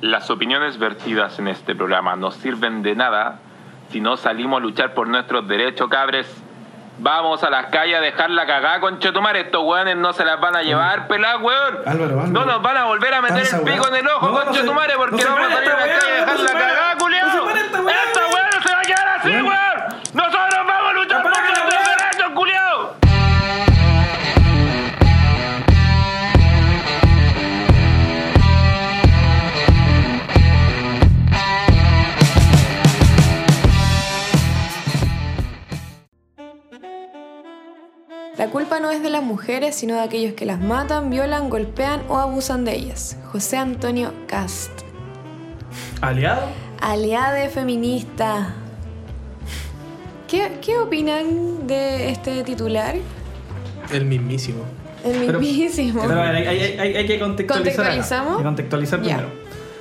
Las opiniones vertidas en este programa no sirven de nada si no salimos a luchar por nuestros derechos, cabres. Vamos a las calles a dejar la cagada, conchetumare. Estos weones no se las van a llevar, pelá, weón. Álvaro. No nos van a volver a meter el pico en el ojo, conchetumare, porque vamos a salir a la calle a dejar la cagada, culiao. Esta weón no se va a quedar así, weón. Nosotros vamos a luchar por nuestros derechos, culiao. La culpa no es de las mujeres, sino de aquellos que las matan, violan, golpean o abusan de ellas. José Antonio Cast. ¿Aliado? Aliade feminista. ¿Qué opinan de este titular? El mismísimo. El mismísimo. Pero a ver, hay que contextualizar. ¿Contextualizamos? Hay que contextualizar Ya. primero.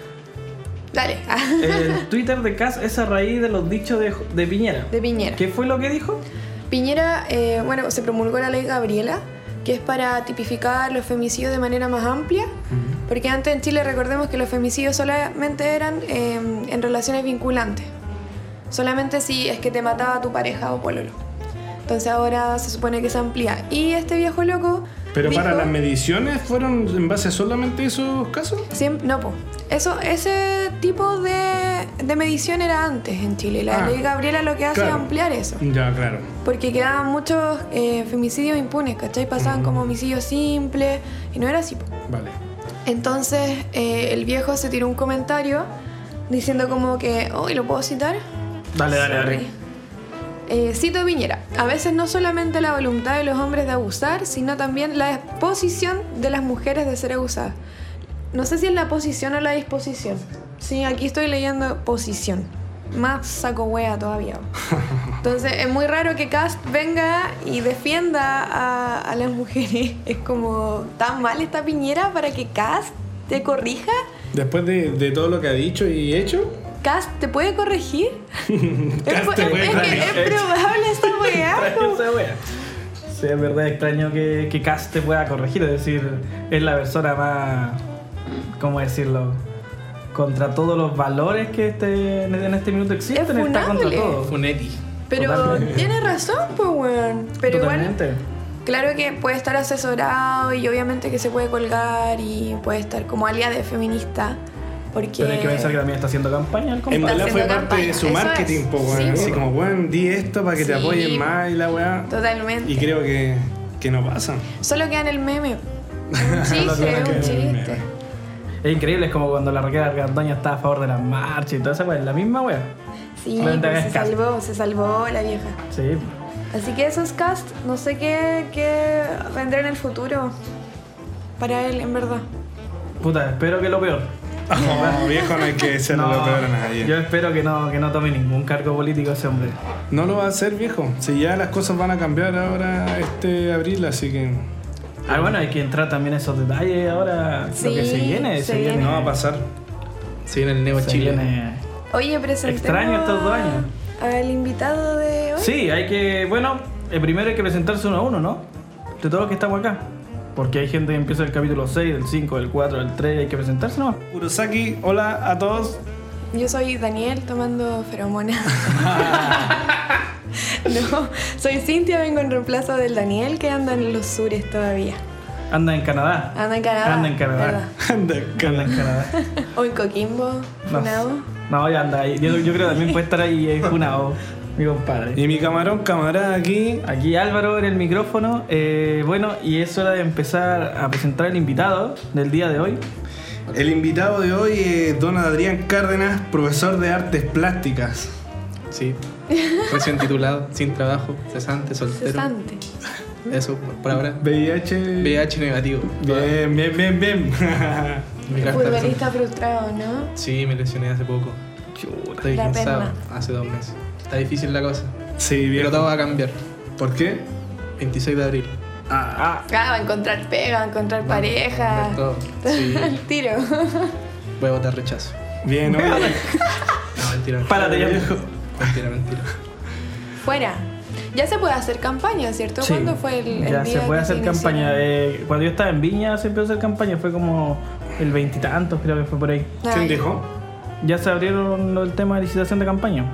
Dale. El Twitter de Cast es a raíz de los dichos de Piñera. De Piñera. ¿Qué fue lo que dijo? Piñera, se promulgó la ley Gabriela, que es para tipificar los femicidios de manera más amplia, porque antes en Chile recordemos que los femicidios solamente eran en relaciones vinculantes, solamente si es que te mataba tu pareja o pololo. Entonces ahora se supone que se amplía. Y este viejo loco Pero dijo, para las mediciones fueron en base a solamente esos casos. no, ese tipo de medición era antes en Chile. La ley Gabriela lo que hace es ampliar eso. Ya, claro. Porque quedaban muchos femicidios impunes, ¿cachai? Pasaban como homicidios simples y no era así. Vale. Entonces el viejo se tiró un comentario diciendo como que, ¿lo puedo citar? Dale. Cito a Piñera: a veces no solamente la voluntad de los hombres de abusar, sino también la disposición de las mujeres de ser abusadas. No sé si es la posición o la disposición. Sí, aquí estoy leyendo posición. Más saco wea todavía. Entonces es muy raro que Cast venga y defienda a las mujeres. Es como, ¿tan mal esta Piñera para que Cast te corrija? Después de todo lo que ha dicho y hecho. ¿Cast te puede corregir? Cast te puede corregir. Es probable esta weá. Sí, es verdad, extraño que Cast te pueda corregir. Es decir, es la persona más, ¿cómo decirlo?, contra todos los valores que en este minuto existen. Es está contra funable. todo. Funetti. Pero Totalmente. tiene razón, pues, weón. Pero Totalmente. igual, claro que puede estar asesorado y obviamente que se puede colgar y puede estar como aliada feminista. Porque Pero hay que pensar que también está haciendo campaña el En compadre. verdad fue haciendo parte de campaña, su eso marketing, es. po, weón. Sí, Así po. como, weón, di esto para que te Sí. apoyen más y la weá. Totalmente. Y creo que no pasa. Solo queda en el meme. Un chiste, Solo queda en un el chiste. meme. Es increíble, es como cuando la Raquel Argandoña estaba a favor de las marchas y toda esa weá, la misma weá. Sí, Solamente pues, hagas caso. se salvó la vieja. Sí. Así que eso es Cast. No sé qué vendrá en el futuro para él, en verdad. Puta, espero que lo peor. Oh, viejo, no hay que decirle lo peor a nadie. Yo espero que no tome ningún cargo político ese hombre. No lo va a hacer, viejo. Si ya las cosas van a cambiar ahora este abril, así que Bueno, hay que entrar también en esos detalles ahora. Sí, lo que se viene, se viene. no va a pasar. Se viene el Neo Se Chile. viene. Oye, presentemos Extraño estos 2 años. al invitado de hoy. Sí, hay que. Bueno, primero hay que presentarse uno a uno, ¿no? De todos los que estamos acá. Porque hay gente que empieza el capítulo 6, del 5, del 4, del 3, hay que presentarse nomás. Urosaki, hola a todos. Yo soy Daniel tomando feromonas. No, soy Cintia, vengo en reemplazo del Daniel que anda en los sures todavía. Anda en Canadá. Anda en Canadá. Anda en Canadá. ¿verdad? Anda, Anda en Canadá. O en Coquimbo, funado. No, ya anda ahí. Yo creo que también puede estar ahí funado, mi compadre. Y mi camarada aquí. Aquí Álvaro en el micrófono. Bueno, y es hora de empezar a presentar al invitado del día de hoy. El invitado de hoy es don Adrián Cárdenas, profesor de artes plásticas. Sí. Recién titulado, sin trabajo, cesante, soltero. Cesante. Eso, por ahora. VIH. VIH negativo. Bien. Mi carta Futbolista frustrado, ¿no? Sí, me lesioné hace poco. Estoy La cansado. perna. Hace 2 meses. Está difícil la cosa. Sí, Pero viejo. todo va a cambiar. ¿Por qué? 26 de abril. Va a encontrar pega, va a encontrar pareja. Todo. Sí. Al tiro. Voy a votar rechazo. Bien, oye. No, mentira. Párate ya, viejo. Mentira. Fuera. Ya se puede hacer campaña, ¿cierto? Sí, ¿Cuándo fue el ya día se puede que hacer inició? campaña. Cuando yo estaba en Viña se empezó a hacer campaña. Fue como el 20 y tantos, creo que fue por ahí. ¿Quién dijo? Ya se abrieron el tema de licitación de campaña.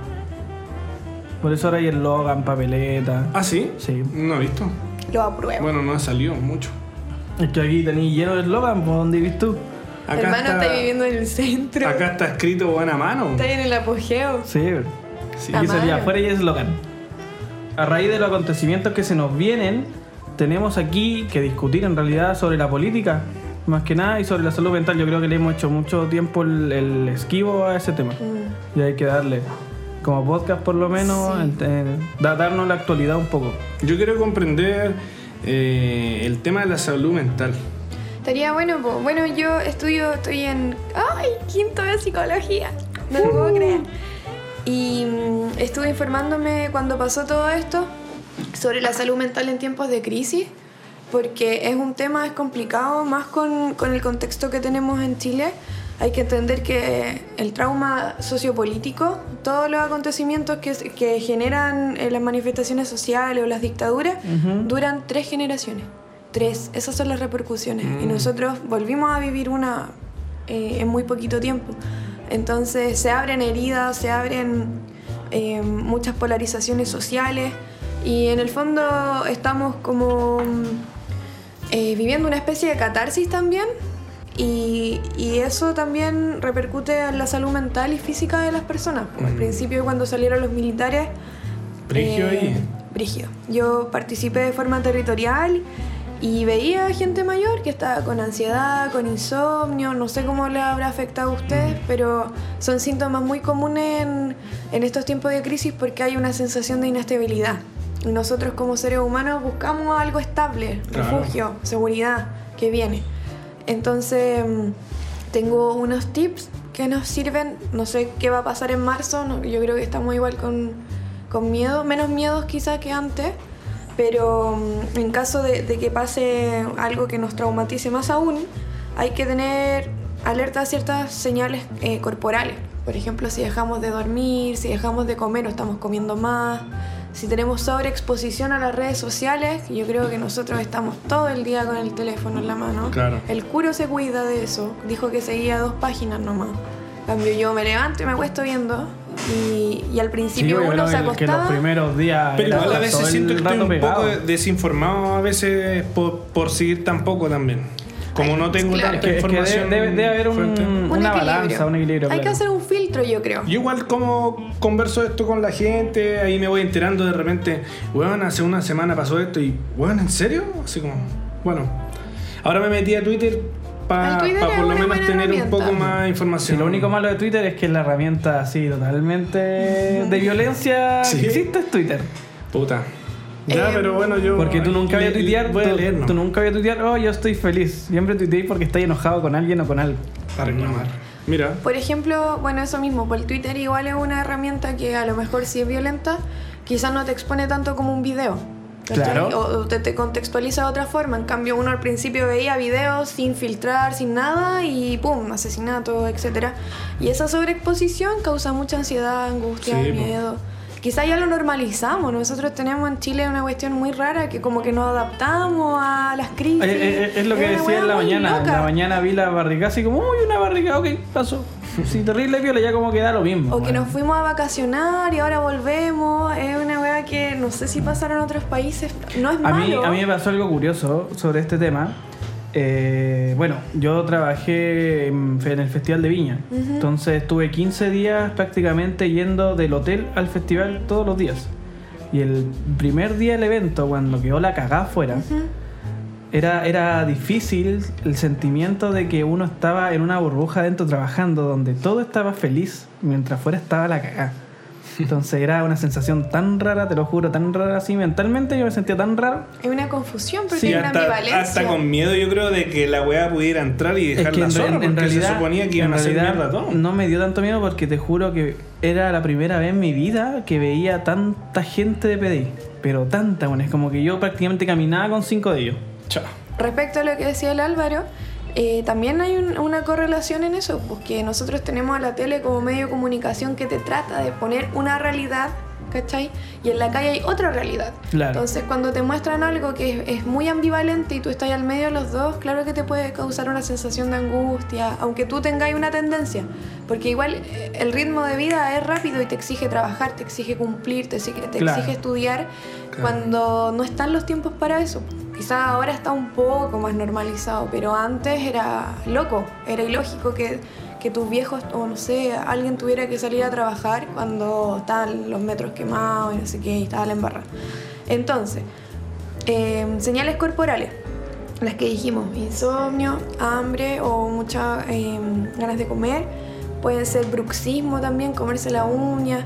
Por eso ahora hay eslogan, papeleta. ¿Ah, sí? Sí. No he visto. Lo apruebo. Bueno, no ha salido mucho. Es que aquí tenéis lleno de eslogan, ¿por dónde vivís tú? Hermano, está viviendo en el centro. Acá está escrito buena mano. Está en el apogeo. Sí. Sí. Aquí sería Tamaño. afuera y eslogan. A raíz de los acontecimientos que se nos vienen, tenemos aquí que discutir en realidad sobre la política, más que nada, y sobre la salud mental. Yo creo que le hemos hecho mucho tiempo el esquivo a ese tema. Y hay que darle, como podcast por lo menos, darnos la actualidad un poco. Yo quiero comprender el tema de la salud mental. Estaría bueno, po. Bueno, yo estoy en quinto de psicología. No lo puedo creer. Y estuve informándome cuando pasó todo esto sobre la salud mental en tiempos de crisis, porque es un tema, es complicado, más con el contexto que tenemos en Chile. Hay que entender que el trauma sociopolítico, todos los acontecimientos que generan las manifestaciones sociales o las dictaduras, duran 3 generaciones. 3, esas son las repercusiones. Y nosotros volvimos a vivir una en muy poquito tiempo. Entonces se abren heridas, se abren muchas polarizaciones sociales y en el fondo estamos como viviendo una especie de catarsis también y eso también repercute en la salud mental y física de las personas. Al principio, cuando salieron los militares, brígido. Yo participé de forma territorial y veía gente mayor que estaba con ansiedad, con insomnio, no sé cómo le habrá afectado a ustedes, pero son síntomas muy comunes en estos tiempos de crisis porque hay una sensación de inestabilidad. Y nosotros como seres humanos buscamos algo estable, refugio, seguridad, que viene. Entonces, tengo unos tips que nos sirven, no sé qué va a pasar en marzo, yo creo que estamos igual con miedo, menos miedos quizá que antes. Pero en caso de que pase algo que nos traumatice más aún, hay que tener alerta a ciertas señales corporales. Por ejemplo, si dejamos de dormir, si dejamos de comer o estamos comiendo más, si tenemos sobreexposición a las redes sociales, yo creo que nosotros estamos todo el día con el teléfono en la mano. Claro. El curo se cuida de eso, dijo que seguía 2 páginas nomás. En cambio, yo me levanto y me acuesto viendo. Y al principio uno se acostaba. Que los primeros días. Pero igual a veces siento que estoy un pegado. poco desinformado a veces por seguir tan poco también. Como no tengo tanta información. Debe haber fuente. una balanza, un equilibrio. Hay claro. que hacer un filtro, yo creo. Yo igual como converso esto con la gente, ahí me voy enterando de repente, weón, hace una semana pasó esto y, weón, ¿en serio? Así como, bueno. Ahora me metí a Twitter para Twitter es por lo una menos buena tener herramienta. un poco más Sí, información. lo único malo de Twitter es que es la herramienta así totalmente de violencia Sí. que existe es Twitter. Puta. Ya, pero bueno, yo... Porque tú nunca vas a tuitear, voy a leer, ¿no? tú nunca vas a tuitear, oh, yo estoy feliz. Siempre tuiteé porque estás enojado con alguien o con algo. Para reclamar. Mira. Por ejemplo, bueno, eso mismo, por el Twitter igual es una herramienta que a lo mejor si es violenta, quizás no te expone tanto como un video. ¿cachai? Claro. O te contextualiza de otra forma. En cambio, uno al principio veía videos sin filtrar, sin nada y ¡pum! Asesinato, etc. Y esa sobreexposición causa mucha ansiedad, angustia, Sí, miedo. Quizás ya lo normalizamos. Nosotros tenemos en Chile una cuestión muy rara que como que nos adaptamos a las crisis. Es lo que una decía wea en la muy mañana. En loca. la mañana vi la barricada así como, uy, una barricada, ok, pasó. Sí, terrible viola, ya como que da lo mismo. O que bueno. nos fuimos a vacacionar y ahora volvemos. Es una weá que no sé si pasará en otros países. No es malo. A mí me pasó algo curioso sobre este tema. Bueno, yo trabajé en el Festival de Viña. Entonces estuve 15 días prácticamente yendo del hotel al festival todos los días. Y el primer día del evento, cuando quedó la cagada afuera, era difícil el sentimiento de que uno estaba en una burbuja dentro trabajando, donde todo estaba feliz, mientras fuera estaba la cagada. Entonces era una sensación tan rara, te lo juro, tan rara así mentalmente, yo me sentía tan raro. Es una confusión porque Sí, hay una ambivalencia. hasta con miedo yo creo de que la weá pudiera entrar y dejar la zorra, porque se suponía que iban a hacer mierda todo. No me dio tanto miedo porque te juro que era la primera vez en mi vida que veía tanta gente de PDI. Pero tanta, bueno, es como que yo prácticamente caminaba con 5 de ellos. Chao. Respecto a lo que decía el Álvaro, también hay una correlación en eso, porque nosotros tenemos a la tele como medio de comunicación que te trata de poner una realidad ¿cachai? Y en la calle hay otra realidad. Claro. Entonces, cuando te muestran algo que es muy ambivalente y tú estás al medio de los dos, claro que te puede causar una sensación de angustia, aunque tú tengas una tendencia. Porque igual el ritmo de vida es rápido y te exige trabajar, te exige cumplir, te exige estudiar, cuando no están los tiempos para eso. Quizás ahora está un poco más normalizado, pero antes era loco, era ilógico que tus viejos, o no sé, alguien tuviera que salir a trabajar cuando estaban los metros quemados y no sé qué, y estaba la embarrada. Entonces, señales corporales, las que dijimos, insomnio, hambre o muchas ganas de comer, pueden ser bruxismo también, comerse la uña,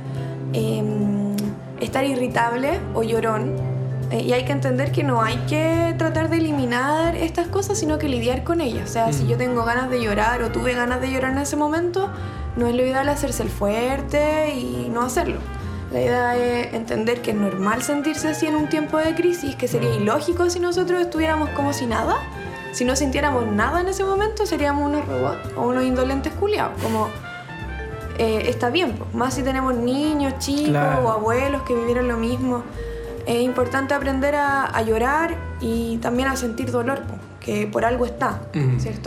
estar irritable o llorón. Y hay que entender que no hay que tratar de eliminar estas cosas, sino que lidiar con ellas. O sea, si yo tengo ganas de llorar o tuve ganas de llorar en ese momento, no es lo ideal hacerse el fuerte y no hacerlo. La idea es entender que es normal sentirse así en un tiempo de crisis, que sería ilógico si nosotros estuviéramos como si nada. Si no sintiéramos nada en ese momento, seríamos unos robots o unos indolentes culiados. Como está bien, pues. Más si tenemos niños, chicos o abuelos que vivieron lo mismo. Es importante aprender a llorar y también a sentir dolor, que por algo está, ¿cierto?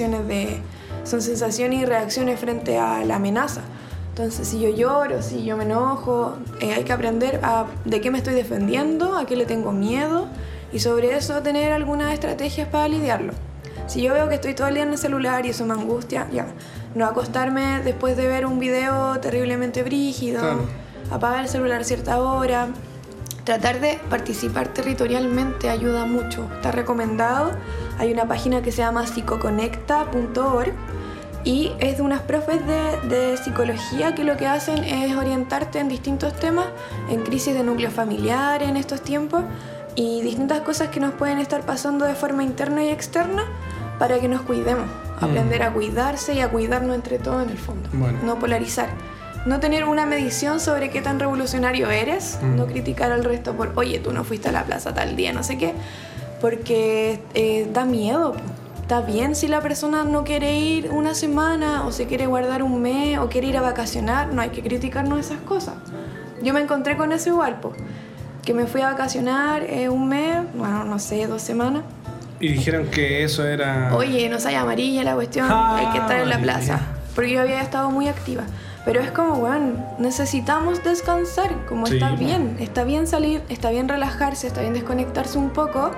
Son sensaciones y reacciones frente a la amenaza. Entonces, si yo lloro, si yo me enojo, hay que aprender de qué me estoy defendiendo, a qué le tengo miedo y sobre eso tener algunas estrategias para lidiarlo. Si yo veo que estoy todo el día en el celular y eso me angustia, ya, no acostarme después de ver un video terriblemente brígido, apagar el celular a cierta hora. Tratar de participar territorialmente ayuda mucho, está recomendado. Hay una página que se llama psicoconecta.org y es de unas profes de psicología que lo que hacen es orientarte en distintos temas, en crisis de núcleo familiar en estos tiempos y distintas cosas que nos pueden estar pasando de forma interna y externa para que nos cuidemos, aprender a cuidarse y a cuidarnos entre todos en el fondo, no polarizar. No tener una medición sobre qué tan revolucionario eres, no criticar al resto por, oye, tú no fuiste a la plaza tal día, no sé qué, porque da miedo. Está bien si la persona no quiere ir una semana o se quiere guardar un mes o quiere ir a vacacionar, no hay que criticarnos esas cosas. Yo me encontré con eso igual, que me fui a vacacionar un mes, bueno, no sé, 2 semanas. Y dijeron que eso era... Oye, no sea amarilla la cuestión, hay que estar en la plaza, porque yo había estado muy activa. Pero es como, bueno, necesitamos descansar, como está bien salir, está bien relajarse, está bien desconectarse un poco,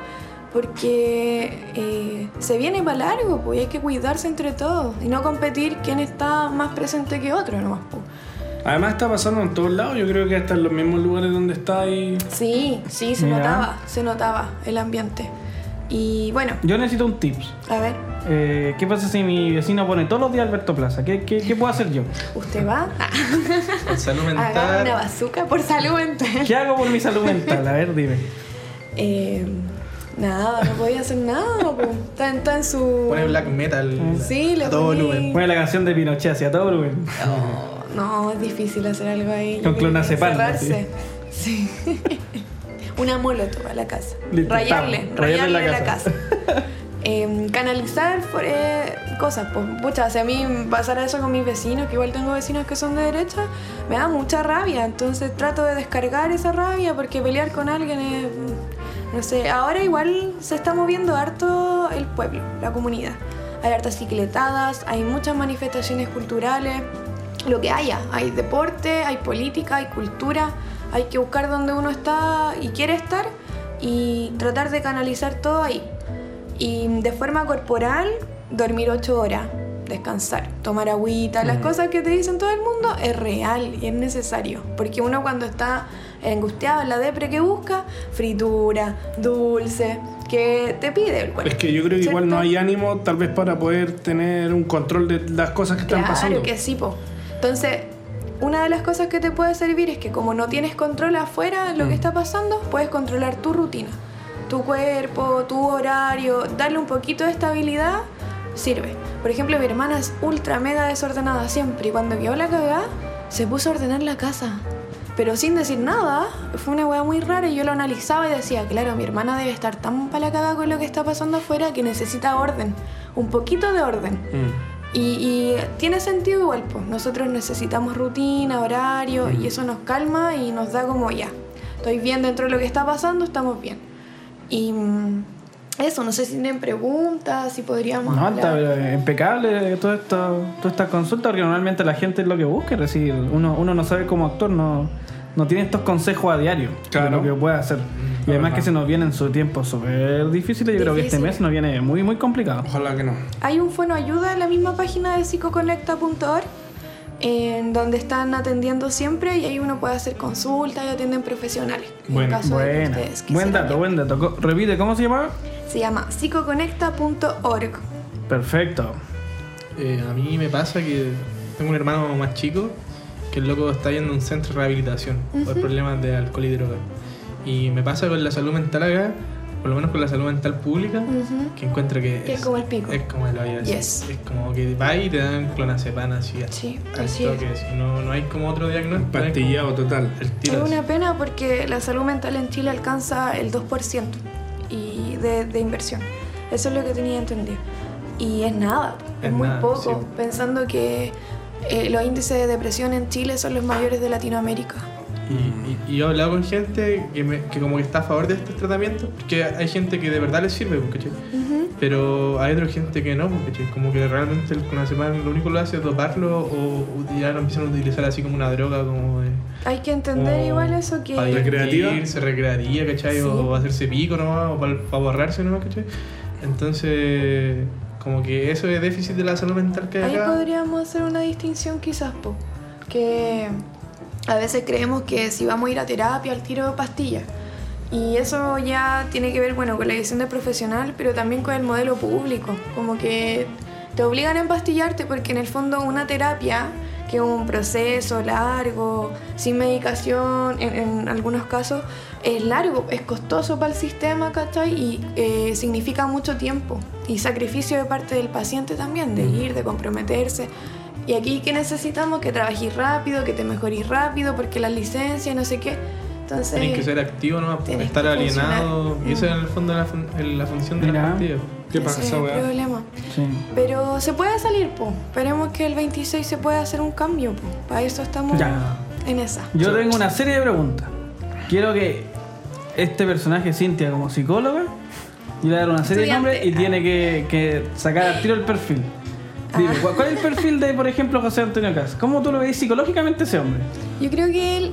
porque se viene para largo, pues, y hay que cuidarse entre todos y no competir quién está más presente que otro nomás, pues. Además está pasando en todos lados, yo creo que hasta en los mismos lugares donde está ahí. Sí, se notaba el ambiente. Y bueno. Yo necesito un tips. A ver. ¿Qué pasa si mi vecino pone todos los días Alberto Plaza? ¿Qué puedo hacer yo? ¿Usted va? Por salud mental. Haga una bazooka por salud mental. ¿Qué hago por mi salud mental? A ver, dime. Nada, no podía hacer nada. Está en su... Pone black metal a todo volumen. Pone la canción de Pinochet hacia todo volumen. No, es difícil hacer algo ahí. Con clonazepam. Sí. Una molotov a la casa. Listo, Rayarle la casa. Canalizar cosas, pues, pucha, si a mí pasara eso con mis vecinos, que igual tengo vecinos que son de derecha, me da mucha rabia, entonces trato de descargar esa rabia porque pelear con alguien es, no sé, ahora igual se está moviendo harto el pueblo, la comunidad, hay hartas cicletadas, hay muchas manifestaciones culturales, lo que haya, hay deporte, hay política, hay cultura, hay que buscar donde uno está y quiere estar y tratar de canalizar todo ahí. Y de forma corporal, dormir 8 horas, descansar, tomar agüita, las cosas que te dicen todo el mundo es real y es necesario. Porque uno cuando está angustiado en la depre que busca, fritura, dulce, que te pide el cuerpo. Es que yo creo que igual no hay ánimo tal vez para poder tener un control de las cosas que están pasando. Claro que sí, po. Entonces, una de las cosas que te puede servir es que como no tienes control afuera de lo que está pasando, puedes controlar tu rutina. Tu cuerpo, tu horario, darle un poquito de estabilidad sirve. Por ejemplo, mi hermana es ultra mega desordenada siempre y cuando quedó la cagada se puso a ordenar la casa, pero sin decir nada. Fue una weá muy rara y yo lo analizaba y decía, claro, mi hermana debe estar tan para la cagada con lo que está pasando afuera que necesita orden, un poquito de orden. Y tiene sentido igual, pues. Nosotros necesitamos rutina, horario, y eso nos calma y nos da como ya. Estoy bien dentro de lo que está pasando, estamos bien. Y eso, no sé si tienen preguntas, si podríamos No, hablar. está impecable todas estas consultas, porque normalmente la gente es lo que busca, es decir, uno no sabe cómo actuar, no tiene estos consejos a diario de lo que puede hacer. Y además que se nos viene en su tiempo súper difícil. Yo creo que este mes nos viene muy, muy complicado. Ojalá que no. Hay un fono ayuda en la misma página de psicoconecta.org, en donde están atendiendo siempre, y ahí uno puede hacer consultas y atienden profesionales. En caso de que ustedes quisieran. Buen dato. Repite, ¿cómo se llamaba? Se llama psicoconecta.org. Perfecto. A mí me pasa que tengo un hermano más chico que el loco está yendo a un centro de rehabilitación por problemas de alcohol y droga. Y me pasa con la salud mental acá, por lo menos con la salud mental pública, que encuentro que es como el pico. Es como el hoyo. Yes. Es como que va y te dan clonazepam así. Sí, al así toque, así. No hay como otro diagnóstico. Pastillado total. El tiro Es así. una pena porque la salud mental en Chile alcanza el 2% y de inversión. Eso es lo que tenía entendido. Y es nada, es Es muy nada, poco, sí. pensando que los índices de depresión en Chile son los mayores de Latinoamérica. Y yo he hablado con gente que como que está a favor de estos tratamientos, porque hay gente que de verdad les sirve, ¿cachai? Pero hay otra gente que no, ¿cachai? Como que realmente el clonazepam lo único que lo hace es doparlo o ya lo empiezan a utilizar así como una droga, como de... Hay que entender como igual eso que... para ¿Recreativa? recreativa, ¿cachai? Sí. O hacerse pico nomás, o para borrarse nomás, ¿cachai? Entonces, como que eso es déficit de la salud mental que hay Ahí acá. podríamos hacer una distinción quizás, que a veces creemos que si vamos a ir a terapia, al tiro de pastillas. Y eso ya tiene que ver, bueno, con la visión del profesional, pero también con el modelo público. Como que te obligan a empastillarte porque en el fondo una terapia, que es un proceso largo, sin medicación, en algunos casos, es largo, es costoso para el sistema, ¿cachai? Y significa mucho tiempo y sacrificio de parte del paciente también, de ir, de comprometerse. Y aquí, ¿qué necesitamos? Que trabajes rápido, que te mejorís rápido, porque las licencias, no sé qué. Entonces, Tienes que ser activo, ¿no? Tienes Estar que alienado. funcionar. Y eso es en el fondo la función de Mira. la pastilla. ¿Qué pasa, ese es el weá? problema. Sí. Pero se puede salir, po. Esperemos que el 26 se pueda hacer un cambio, po. Para eso estamos Ya. en esa. Yo tengo una serie de preguntas. Quiero que este personaje, Cintia, como psicóloga, yo le voy a dar una serie de Estudiante. nombres y tiene que sacar al tiro el perfil. Dime, ¿cuál es el perfil de, por ejemplo, José Antonio Caz? ¿Cómo tú lo ves psicológicamente ese hombre? Yo creo que él...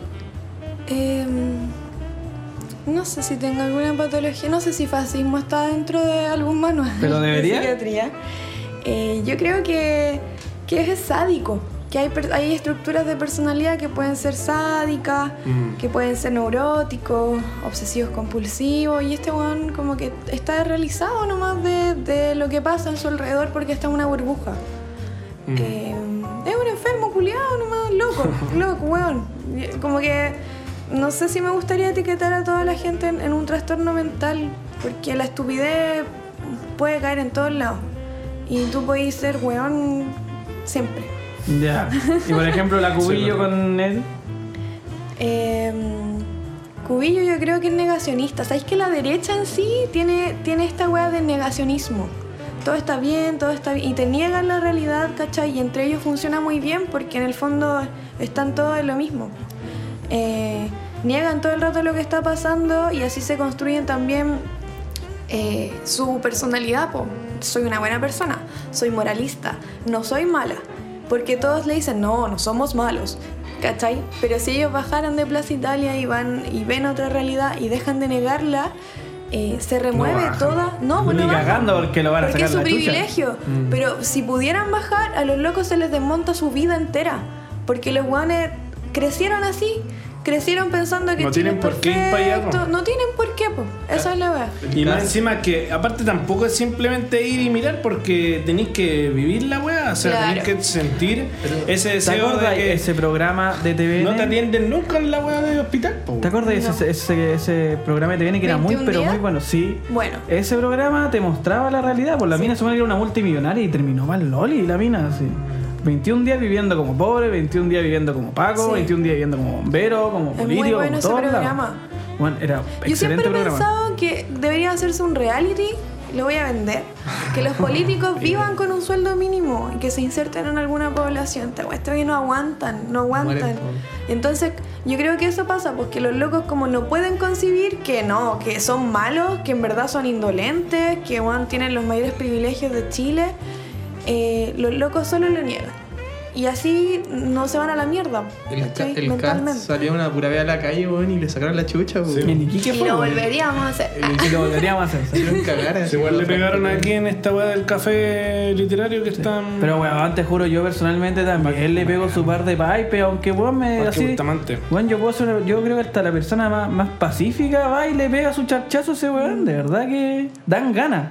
no sé si tenga alguna patología, no sé si fascismo está dentro de algún manual ¿Pero debería? de psiquiatría. Yo creo que es sádico, que hay estructuras de personalidad que pueden ser sádicas, que pueden ser neuróticos, obsesivos compulsivos, y este weón como que está realizado nomás de lo que pasa en su alrededor porque está en una burbuja. Es un enfermo culiado nomás, loco, weón. Como que no sé si me gustaría etiquetar a toda la gente en un trastorno mental, porque la estupidez puede caer en todos lados. Y tú podés ser weón siempre. Ya. Y por ejemplo, la Cubillo Sí, con él. Cubillo yo creo que es negacionista. ¿Sabéis que la derecha en sí tiene esta weá de negacionismo? Todo está bien, y te niegan la realidad, ¿cachai? Y entre ellos funciona muy bien porque en el fondo están todos en lo mismo. Niegan todo el rato lo que está pasando y así se construyen también su personalidad, po. Soy una buena persona, soy moralista, no soy mala, porque todos le dicen no somos malos, ¿cachai? Pero si ellos bajaran de Plaza Italia y van y ven otra realidad y dejan de negarla, se remueve bajan. toda. No, pues Ni no bajan, cagando porque lo van a porque es sacar su la chucha. privilegio. Pero si pudieran bajar, a los locos se les desmonta su vida entera, porque los guanes crecieron así. Crecieron pensando que No Chile tienen es por qué ir para allá, perfecto. po. No tienen por qué, po. Esa es la verdad. Y más encima que, aparte tampoco es simplemente ir y mirar porque tenéis que vivir la weá, o sea, Claro. tenéis que sentir ese ¿Te deseo acuerdas de que ese programa de TVN? no te atienden nunca en la weá de hospital. po. ¿Te acuerdas de ese programa de TVN que era muy, 21 pero días? muy bueno? Sí. Bueno. Ese programa te mostraba la realidad. Pues la mina se supone que era una multimillonaria y terminó mal Loli, la mina, así. 21 días viviendo como pobre, 21 días viviendo como Paco, Sí. 21 días viviendo como bombero, como Es muy político, bueno como ese todo. programa. Bueno, era Yo excelente siempre he programa. pensado que debería hacerse un reality lo voy a vender. Que los políticos vivan con un sueldo mínimo y que se inserten en alguna población. Te muestro que no aguantan. Mueren, Entonces, yo creo que eso pasa, porque los locos como no pueden concebir que no, que son malos, que en verdad son indolentes, que tienen los mayores privilegios de Chile, los locos solo lo niegan. Y así no se van a la mierda. El CAS salió una pura vez a la calle, weón, y le sacaron la chucha, weón. Sí. Y lo volveríamos a hacer. Y lo volveríamos a hacer. Se lo cagaron. Igual le pegaron aquí en esta weá del café literario que están. Pero weón, te juro, yo personalmente también le pego su par de pipes, aunque weón me así. Weón, yo creo que hasta la persona más pacífica va y le pega su charchazo a ese weón. De verdad que dan ganas.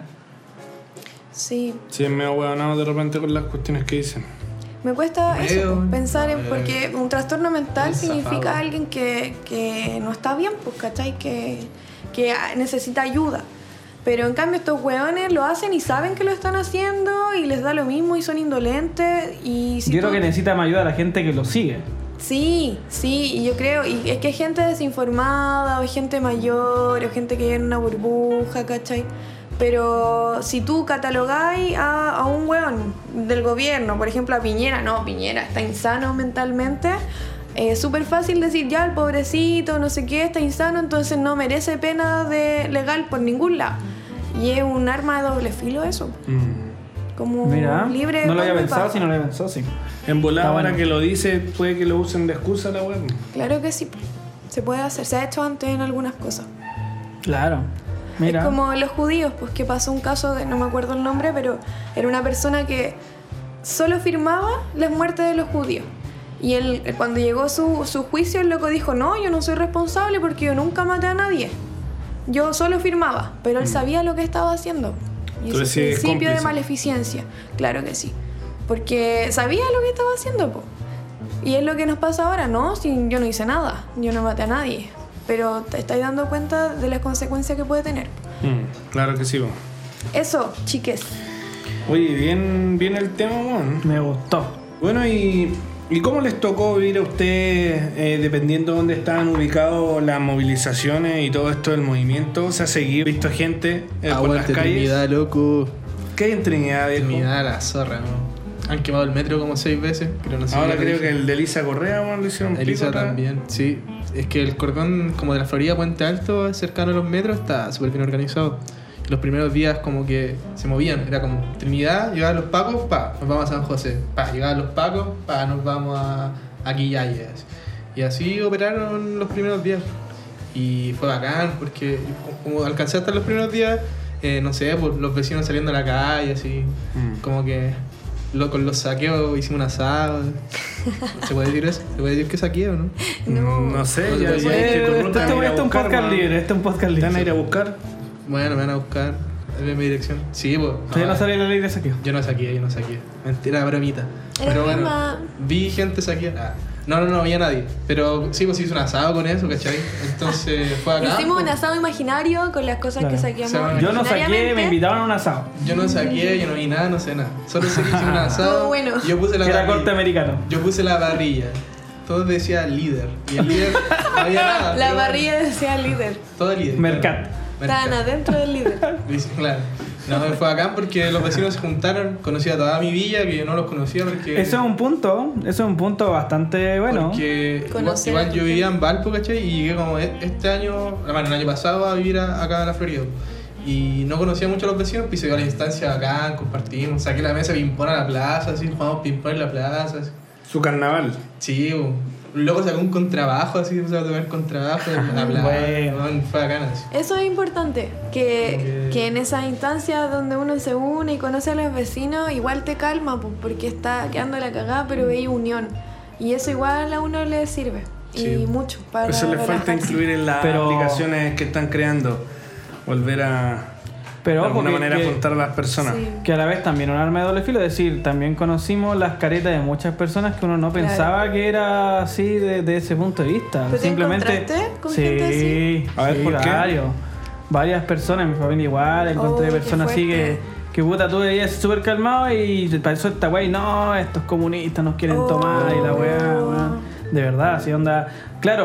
Sí. Sí, es medio huevonado de repente con las cuestiones que dicen. Me cuesta eso, pensar en... Porque un trastorno mental significa alguien que no está bien, pues, ¿cachai? Que necesita ayuda. Pero en cambio estos hueones lo hacen y saben que lo están haciendo y les da lo mismo y son indolentes y... Yo creo que necesita más ayuda a la gente que lo sigue. Sí, y yo creo... Y es que hay gente desinformada, o hay gente mayor, o gente que vive en una burbuja, ¿cachai? Pero si tú catalogáis a un weón del gobierno, por ejemplo a Piñera, no, Piñera está insano mentalmente, es súper fácil decir ya el pobrecito, no sé qué, está insano, entonces no merece pena legal por ningún lado. Y es un arma de doble filo eso. Como mira, libre. No lo había pensado, si no lo había pensado, sí. En volada, ahora bueno. Que lo dice, puede que lo usen de excusa la web. Claro que sí, se puede hacer, se ha hecho antes en algunas cosas. Claro. Mira. Es como los judíos, pues que pasó un caso de, no me acuerdo el nombre, pero era una persona que solo firmaba las muertes de los judíos. Y él, cuando llegó su juicio, el loco dijo, no, yo no soy responsable porque yo nunca maté a nadie. Yo solo firmaba, pero él sabía lo que estaba haciendo. Y ese es el principio de maleficencia. Claro que sí. Porque sabía lo que estaba haciendo, po. Y es lo que nos pasa ahora, ¿no? Si yo no hice nada, yo no maté a nadie. Pero te estás dando cuenta de las consecuencias que puede tener. Claro que sí, bo. Eso, chiques. Oye, bien el tema, weón. Me gustó. Bueno, ¿y cómo les tocó vivir a ustedes, dependiendo de dónde estaban ubicados las movilizaciones y todo esto del movimiento? ¿Se ha seguido? ¿Visto gente por las calles? Trinidad, loco. ¿Qué hay en Trinidad, viejo? Trinidad, la zorra, ¿no? Han quemado el metro como 6 veces, pero no sé. Ahora creo que el de Elisa Correa, bueno, lo hicieron. Elisa también, sí. Es que el cordón como de la Florida, Puente Alto, cercano a los metros, está súper bien organizado. Los primeros días como que se movían, era como Trinidad, llegaban los pacos, nos vamos a San José, llegaban los pacos, nos vamos a Quillayes. Y así operaron los primeros días. Y fue bacán, porque como alcancé a estar los primeros días, no sé, pues, los vecinos saliendo a la calle, así, como que con los saqueos hicimos un asado. ¿Se puede decir eso? ¿Se puede decir que saqueo o no? No sé, ya Esto es un podcast libre, ¿Te van a ir a buscar? Bueno, me van a buscar. Dame mi dirección. Sí, pues. Todavía no sale la ley de saqueo. Yo no saqué. Mentira, bromita. Era Pero bueno, broma. vi gente saquear. No había nadie. Pero sí, pues hizo un asado con eso, ¿cachai? Entonces fue acá. Hicimos un asado imaginario con las cosas que saqueamos. Yo no saqué, me invitaron a un asado. Yo no saqué, yo no vi nada, no sé nada. Solo sé que hice un asado. Estuvo bueno. Y yo puse la Era parrilla. corte americano. Yo puse la parrilla. Todo decía líder. Y el líder no había nada. La pero parrilla decía líder. todo líder. Mercat. Estaban adentro del líder. Claro. No, fue acá porque los vecinos se juntaron, conocí a toda mi villa, que yo no los conocía porque... Eso es un punto bastante bueno. Porque Conocer igual a tu yo vivía gente. en Valpo, ¿cachai? Y llegué como este año, bueno, el año pasado a vivir acá en la Florida. Y no conocía mucho a los vecinos, pues se iba a la instancia acá, compartimos, saqué la mesa de ping-pong a la plaza, así, jugamos ping-pong en la plaza. Así. Su carnaval. Sí, luego sacó un contrabajo, así, empezó a tocar contrabajo en la plaza. Bueno. Fue bacán así. Eso es importante, que en esas instancias donde uno se une y conoce a los vecinos, igual te calma, pues, porque está quedando la cagada, pero hay unión. Y eso igual a uno le sirve. Sí. Y mucho para Eso les falta relajarse. incluir en las aplicaciones que están creando. Volver a... Pero de ojo alguna manera que, juntar a las personas. Sí. que a la vez también un arma de doble filo, es decir, también conocimos las caretas de muchas personas que uno no Claro. pensaba que era así de ese punto de vista. ¿Pero te encontraste con sí, gente así? A ver, sí, ¿por qué? varias personas, en mi familia igual, encontré Oh, qué personas así fuerte. que puta, tú veías súper calmado y te pasó esta wey, no, estos comunistas nos quieren Oh. tomar y la weá, de verdad, así onda. Claro,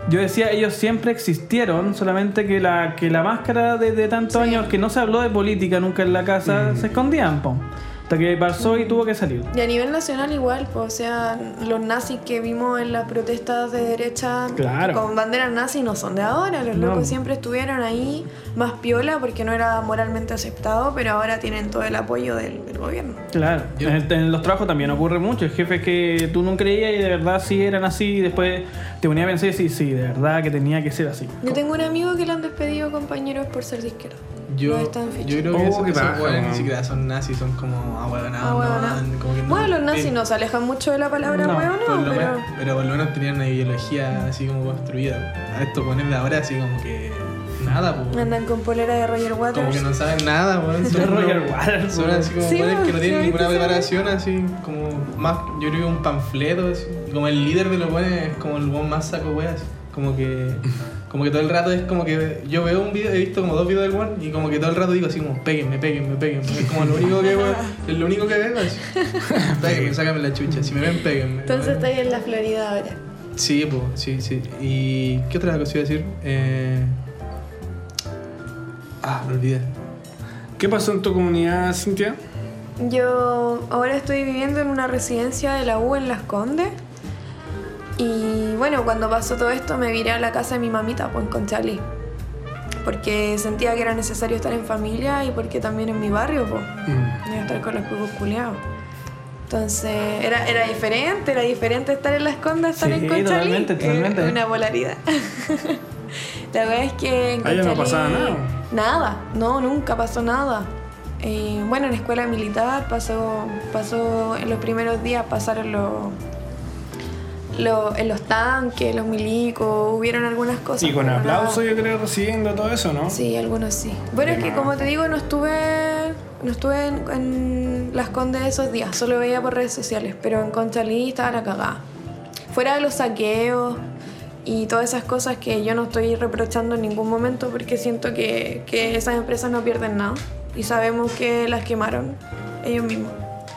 Yo decía, ellos siempre existieron, solamente que la máscara de tantos años que no se habló de política nunca en la casa, se escondían, po. Hasta que pasó y tuvo que salir. Y a nivel nacional igual, pues, o sea, los nazis que vimos en las protestas de derecha con banderas nazis no son de ahora, los locos siempre estuvieron ahí, más piola porque no era moralmente aceptado, pero ahora tienen todo el apoyo del gobierno. Claro, en los trabajos también ocurre mucho, jefes que tú no creías y de verdad sí eran así, y después te ponía a pensar y decís, sí, de verdad que tenía que ser así. Yo tengo un amigo que le han despedido compañeros por ser de izquierda. Yo creo que esos weones ni siquiera son nazis, son como ahueonados. Bueno, los nazis no se alejan mucho de la palabra hueón, pero por lo menos tenían una ideología así como construida. A estos weones de ahora así como que nada, po. Andan con polera de Roger Waters. Como que no saben nada, weón. Son Roger Waters. Son así como weones que no tienen ninguna preparación, así como más, yo creo que un panfleto, así. Como el líder de los weones es como el weón más saco weas. Como que todo el rato es como que yo veo un video, he visto como 2 videos del weón y como que todo el rato digo así como péguenme. Es como lo único que weón, es lo único que veo así. Péguenme, sácame la chucha, si me ven péguenme. Entonces está ahí en la Florida ahora. Sí, pues, sí. ¿Y qué otra cosa iba a decir? Lo olvidé. ¿Qué pasó en tu comunidad, Cintia? Yo ahora estoy viviendo en una residencia de la U en Las Condes. Y bueno, cuando pasó todo esto me viré a la casa de mi mamita, pues en Conchalí. Porque sentía que era necesario estar en familia y porque también en mi barrio, pues. Iba a estar con los cuicos culiados. Entonces, era diferente estar en Las Condes, estar en Conchalí. Totalmente. Una polaridad. La verdad es que en Conchalí... Ahí no pasaba nada. Nada, no, nunca pasó nada. Bueno, en escuela militar pasó en los primeros días pasaron en los tanques, los milicos, hubieron algunas cosas. Y con aplauso yo creo recibiendo todo eso, ¿no? Sí, algunos sí. Bueno, es que como te digo, no estuve en Las Condes esos días, solo veía por redes sociales, pero en Conchalí estaba la cagada. Fuera de los saqueos y todas esas cosas que yo no estoy reprochando en ningún momento porque siento que esas empresas no pierden nada y sabemos que las quemaron ellos mismos.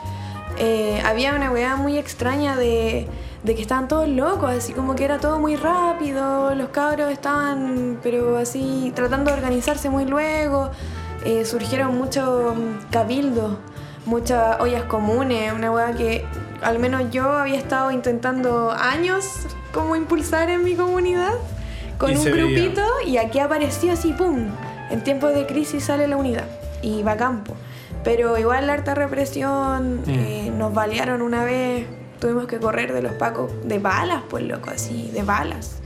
Había una weá muy extraña de que estaban todos locos, así como que era todo muy rápido, los cabros estaban pero así tratando de organizarse muy luego, surgieron muchos cabildos, muchas ollas comunes, una weá que al menos yo había estado intentando años como impulsar en mi comunidad con un grupito y aquí apareció así, ¡pum! En tiempos de crisis sale la unidad y va a campo. Pero igual la harta represión, nos balearon una vez, tuvimos que correr de los pacos de balas, pues loco, así, de balas.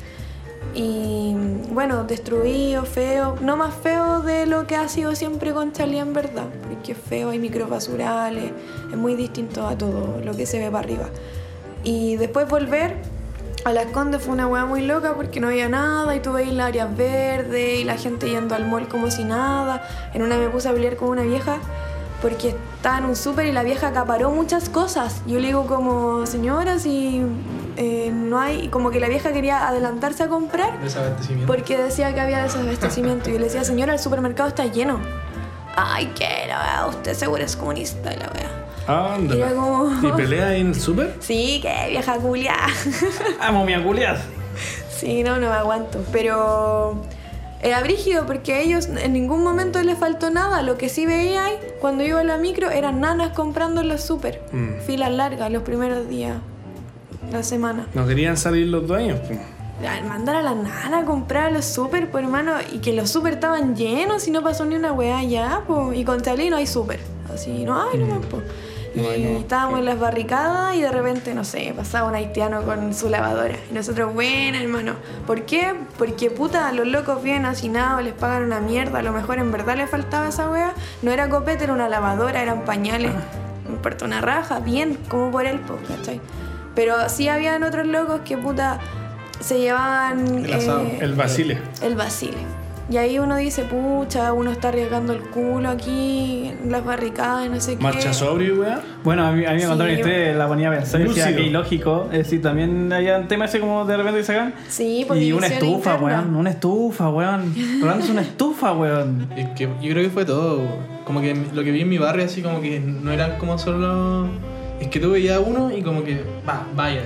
Y bueno, destruido, feo, no más feo de lo que ha sido siempre Conchalí en verdad, porque es feo, hay microbasurales, es muy distinto a todo lo que se ve para arriba. Y después volver a Las Condes fue una hueá muy loca porque no había nada y tú veías las áreas verdes y la gente yendo al mall como si nada. En una me puse a pelear con una vieja porque estaba en un súper y la vieja acaparó muchas cosas. Yo le digo como, señora, si no hay... Como que la vieja quería adelantarse a comprar porque decía que había desabastecimiento. Y yo le decía, señora, el supermercado está lleno. Ay, qué la wea, usted seguro es comunista y la wea. Anda. Como... ¿Y pelea ahí en el súper? Sí, qué vieja culia. Amo mi culias. Sí, no me aguanto. Pero... era brígido porque a ellos en ningún momento les faltó nada. Lo que sí veía ahí, cuando iba a la micro, eran nanas comprando en los súper. Filas largas los primeros días, la semana. No querían salir los dueños, pues. Mandar a la nana a comprar a los súper, pues hermano, y que los súper estaban llenos y no pasó ni una weá allá, pues. Y con Conchalí no hay súper. Así, no hay nomás, pues. Y estábamos en las barricadas y de repente, no sé, pasaba un haitiano con su lavadora. Y nosotros, bueno, hermano, ¿por qué? Porque puta, los locos vienen hacinados, les pagan una mierda, a lo mejor en verdad les faltaba esa wea. No era copete, era una lavadora, eran pañales. Me importa una raja, bien, como por él, pues, ¿cachai? Pero sí habían otros locos que puta se llevaban... el Basile. El Basile. Y ahí uno dice, pucha, uno está arriesgando el culo aquí, en las barricadas, no sé qué. Marcha sobrio, weá. Bueno, a mí me contaron que usted la ponía a pensar y decía Lúcido. que ilógico. Es decir, también había un tema ese como de repente que sacan. Sí, por y una división estufa, interna. weón. Una estufa, weón. Rolando es una estufa, weón. Es que yo creo que fue todo. Como que lo que vi en mi barrio, así como que no eran como solo. Es que tú veías uno y como que, vaya, así.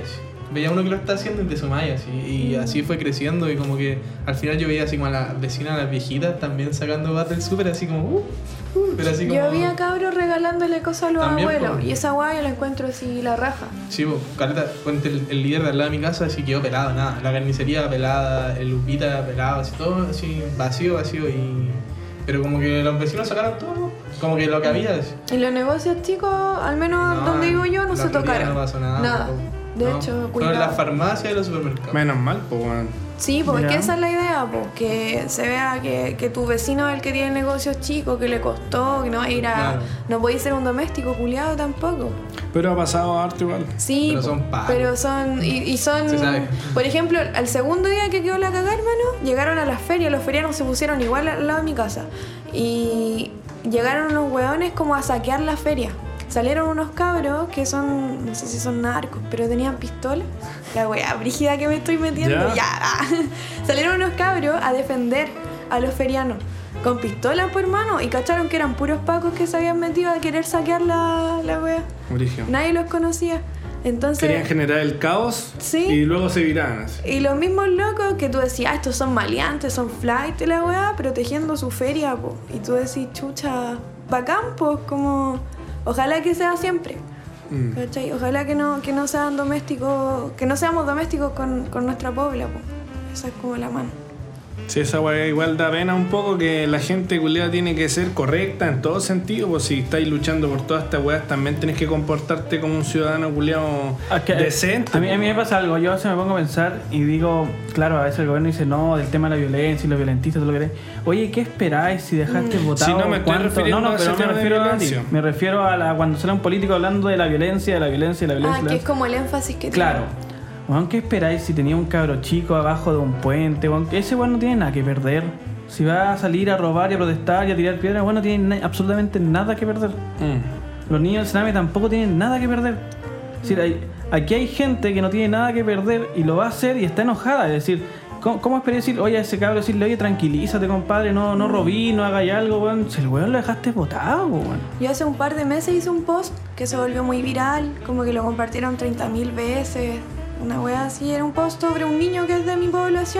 veía uno que lo está haciendo y te sumáis así. Y así fue creciendo y como que al final yo veía así como a las vecinas, a las viejitas también sacando bat del súper así como... pero así como... Yo había cabros regalándole cosas a los También, abuelos po. y esa guay yo la encuentro así la raja. Sí, pues, caleta, ponte el líder de al lado de mi casa así quedó pelado, nada. La carnicería pelada, el Lupita pelado, así todo así vacío y... Pero como que los vecinos sacaron todo, como que lo que había así. Y los negocios chicos, al menos No, donde vivo yo, no la se Florida tocaron. No pasó nada. De No. hecho, Fueron cuidado. las farmacias y los supermercados. Menos mal, pues, weón. Sí, porque Mira. esa es la idea, pues, que se vea que tu vecino es el que tiene negocios chicos, que le costó, que no va a ir a... Claro. No podéis ser un doméstico culiado tampoco. Pero ha pasado harto igual. Sí, Pero po, son pagos. pero son... Y son... Se sabe. Por ejemplo, al segundo día que quedó la cagada, hermano, llegaron a las ferias, los ferianos se pusieron igual al lado de mi casa. Y llegaron unos hueones como a saquear la feria. Salieron unos cabros que son, no sé si son narcos, pero tenían pistola. La wea brígida que me estoy metiendo, Ya. ya. Salieron unos cabros a defender a los ferianos con pistola, pues, hermano, y cacharon que eran puros pacos que se habían metido a querer saquear la wea. Brigio. Nadie los conocía. Entonces, Querían generar el caos Sí. y luego se viraban así. y los mismos locos que tú decías, estos son maleantes, son flight, la weá, protegiendo su feria, po. Y tú decís, chucha, bacán, pues, como, ojalá que sea siempre. Mm. ¿Cachai? Ojalá que no sean domésticos, que no seamos domésticos con nuestra pobla, po. Esa es como la mano. Sí, esa weá igual da pena un poco que la gente culiada tiene que ser correcta en todo sentido, pues si estáis luchando por todas estas weas también tenés que comportarte como un ciudadano culiado decente. A mí me pasa algo, yo a veces me pongo a pensar y digo, claro, a veces el gobierno dice no, del tema de la violencia y los violentistas, todo lo que querés. Oye, ¿qué esperáis si dejaste votado? Si no me estoy cuánto? refiriendo a ese pero tema me de refiero a ti. violencia. Me refiero a cuando sale un político hablando de la violencia, de la violencia, de la violencia. Ah, la que es violencia. como el énfasis que Claro. tiene. Weón, ¿qué esperáis si tenía un cabro chico abajo de un puente? Weón, ese weón no tiene nada que perder. Si va a salir a robar y a protestar y a tirar piedras, weón, no tiene absolutamente nada que perder. Los niños del Sename tampoco tienen nada que perder. Es decir, aquí hay gente que no tiene nada que perder y lo va a hacer y está enojada. Es decir, ¿cómo esperé decir, oye, a ese cabro decirle, oye, tranquilízate, compadre, no robí, no hagáis algo, weón? Si el weón lo dejaste botado, weón. Yo hace un par de meses hice un post que se volvió muy viral, como que lo compartieron 30.000 veces, una wea así. Era un post sobre un niño que es de mi población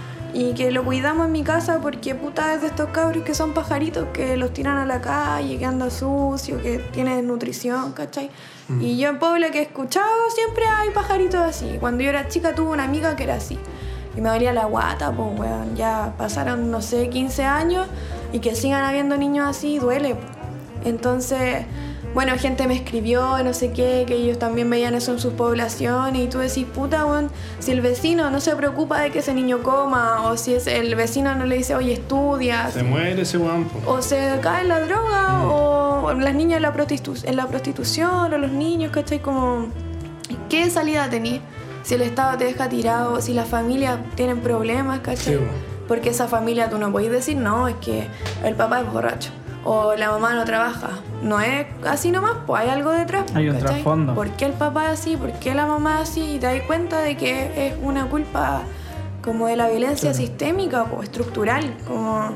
y que lo cuidamos en mi casa porque puta es de estos cabros que son pajaritos, que los tiran a la calle, que anda sucio, que tiene desnutrición, ¿cachai? Y yo en Puebla que he escuchado siempre hay pajaritos así. Cuando yo era chica tuve una amiga que era así. Y me dolía la guata, pues weón, ya pasaron, no sé, 15 años y que sigan habiendo niños así, duele. Entonces, bueno, gente me escribió, no sé qué, que ellos también veían eso en sus poblaciones y tú decís, puta, weón, si el vecino no se preocupa de que ese niño coma o si el vecino no le dice, oye, estudia, Se muere ese weón, po. o se cae en la droga o las niñas en la prostitución o los niños, ¿cachai? Como, ¿qué salida tenés? Si el Estado te deja tirado, si las familias tienen problemas, ¿cachai? Sí, bo. Porque esa familia tú no podés decir, no, es que el papá es borracho o la mamá no trabaja. No es así nomás, pues hay algo detrás. Hay un ¿cachai? trasfondo. ¿Por qué el papá es así? ¿Por qué la mamá es así? Y te das cuenta de que es una culpa como de la violencia sistémica, pues estructural, como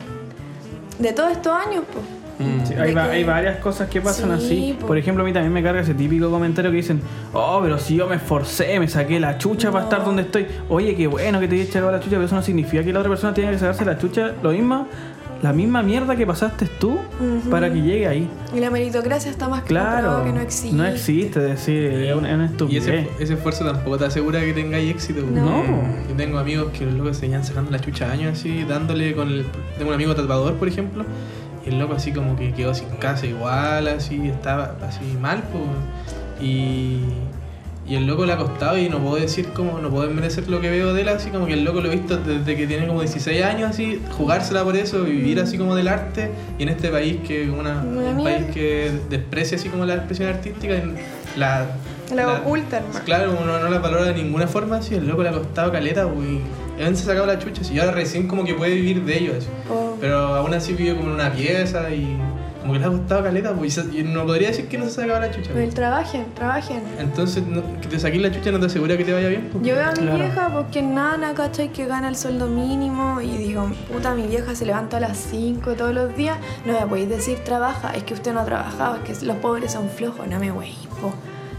de todos estos años, pues. Sí, De hay, que- hay varias cosas que pasan Sí, así. po. Por ejemplo, a mí también me carga ese típico comentario que dicen, oh, pero si yo me esforcé, me saqué la chucha para estar donde estoy. Oye, qué bueno que te hayas echado la chucha, pero eso no significa que la otra persona tenga que sacarse la chucha. Lo mismo, la misma mierda que pasaste tú para que llegue ahí. Y la meritocracia está más Claro, comprobado que no existe. no existe, es decir, es una Y estupidez. ese esfuerzo tampoco te asegura que tengáis éxito. po. No. Yo tengo amigos que los locos se llevan sacando la chucha años así, dándole con el... Tengo un amigo tatuador, por ejemplo, y el loco así como que quedó sin casa igual, así, estaba así mal, pues. Y el loco le ha costado y no puedo decir como, no puedo merecer lo que veo de él, así como que el loco lo he visto desde que tiene como 16 años, así, jugársela por eso, vivir así como del arte, y en este país que un mierda. país que desprecia así como la expresión artística, la oculta, hermano. claro, uno no la valora de ninguna forma, así, el loco le ha costado caleta, pues, y él se ha sacado la chucha, así, y ahora recién como que puede vivir de ello, así. Oh. Pero aún así vive como en una pieza y como que le ha costado caleta, pues, y no podría decir que no se ha sacado la chucha. Pero pues. trabajen. Entonces, que te saques la chucha no te asegura que te vaya bien. Pues. Yo veo a mi Claro. vieja porque es nana, ¿cachai? Que gana el sueldo mínimo y digo, puta, mi vieja se levanta a las 5 todos los días. No me podéis decir trabaja, es que usted no ha trabajado, es que los pobres son flojos, no me wey, po.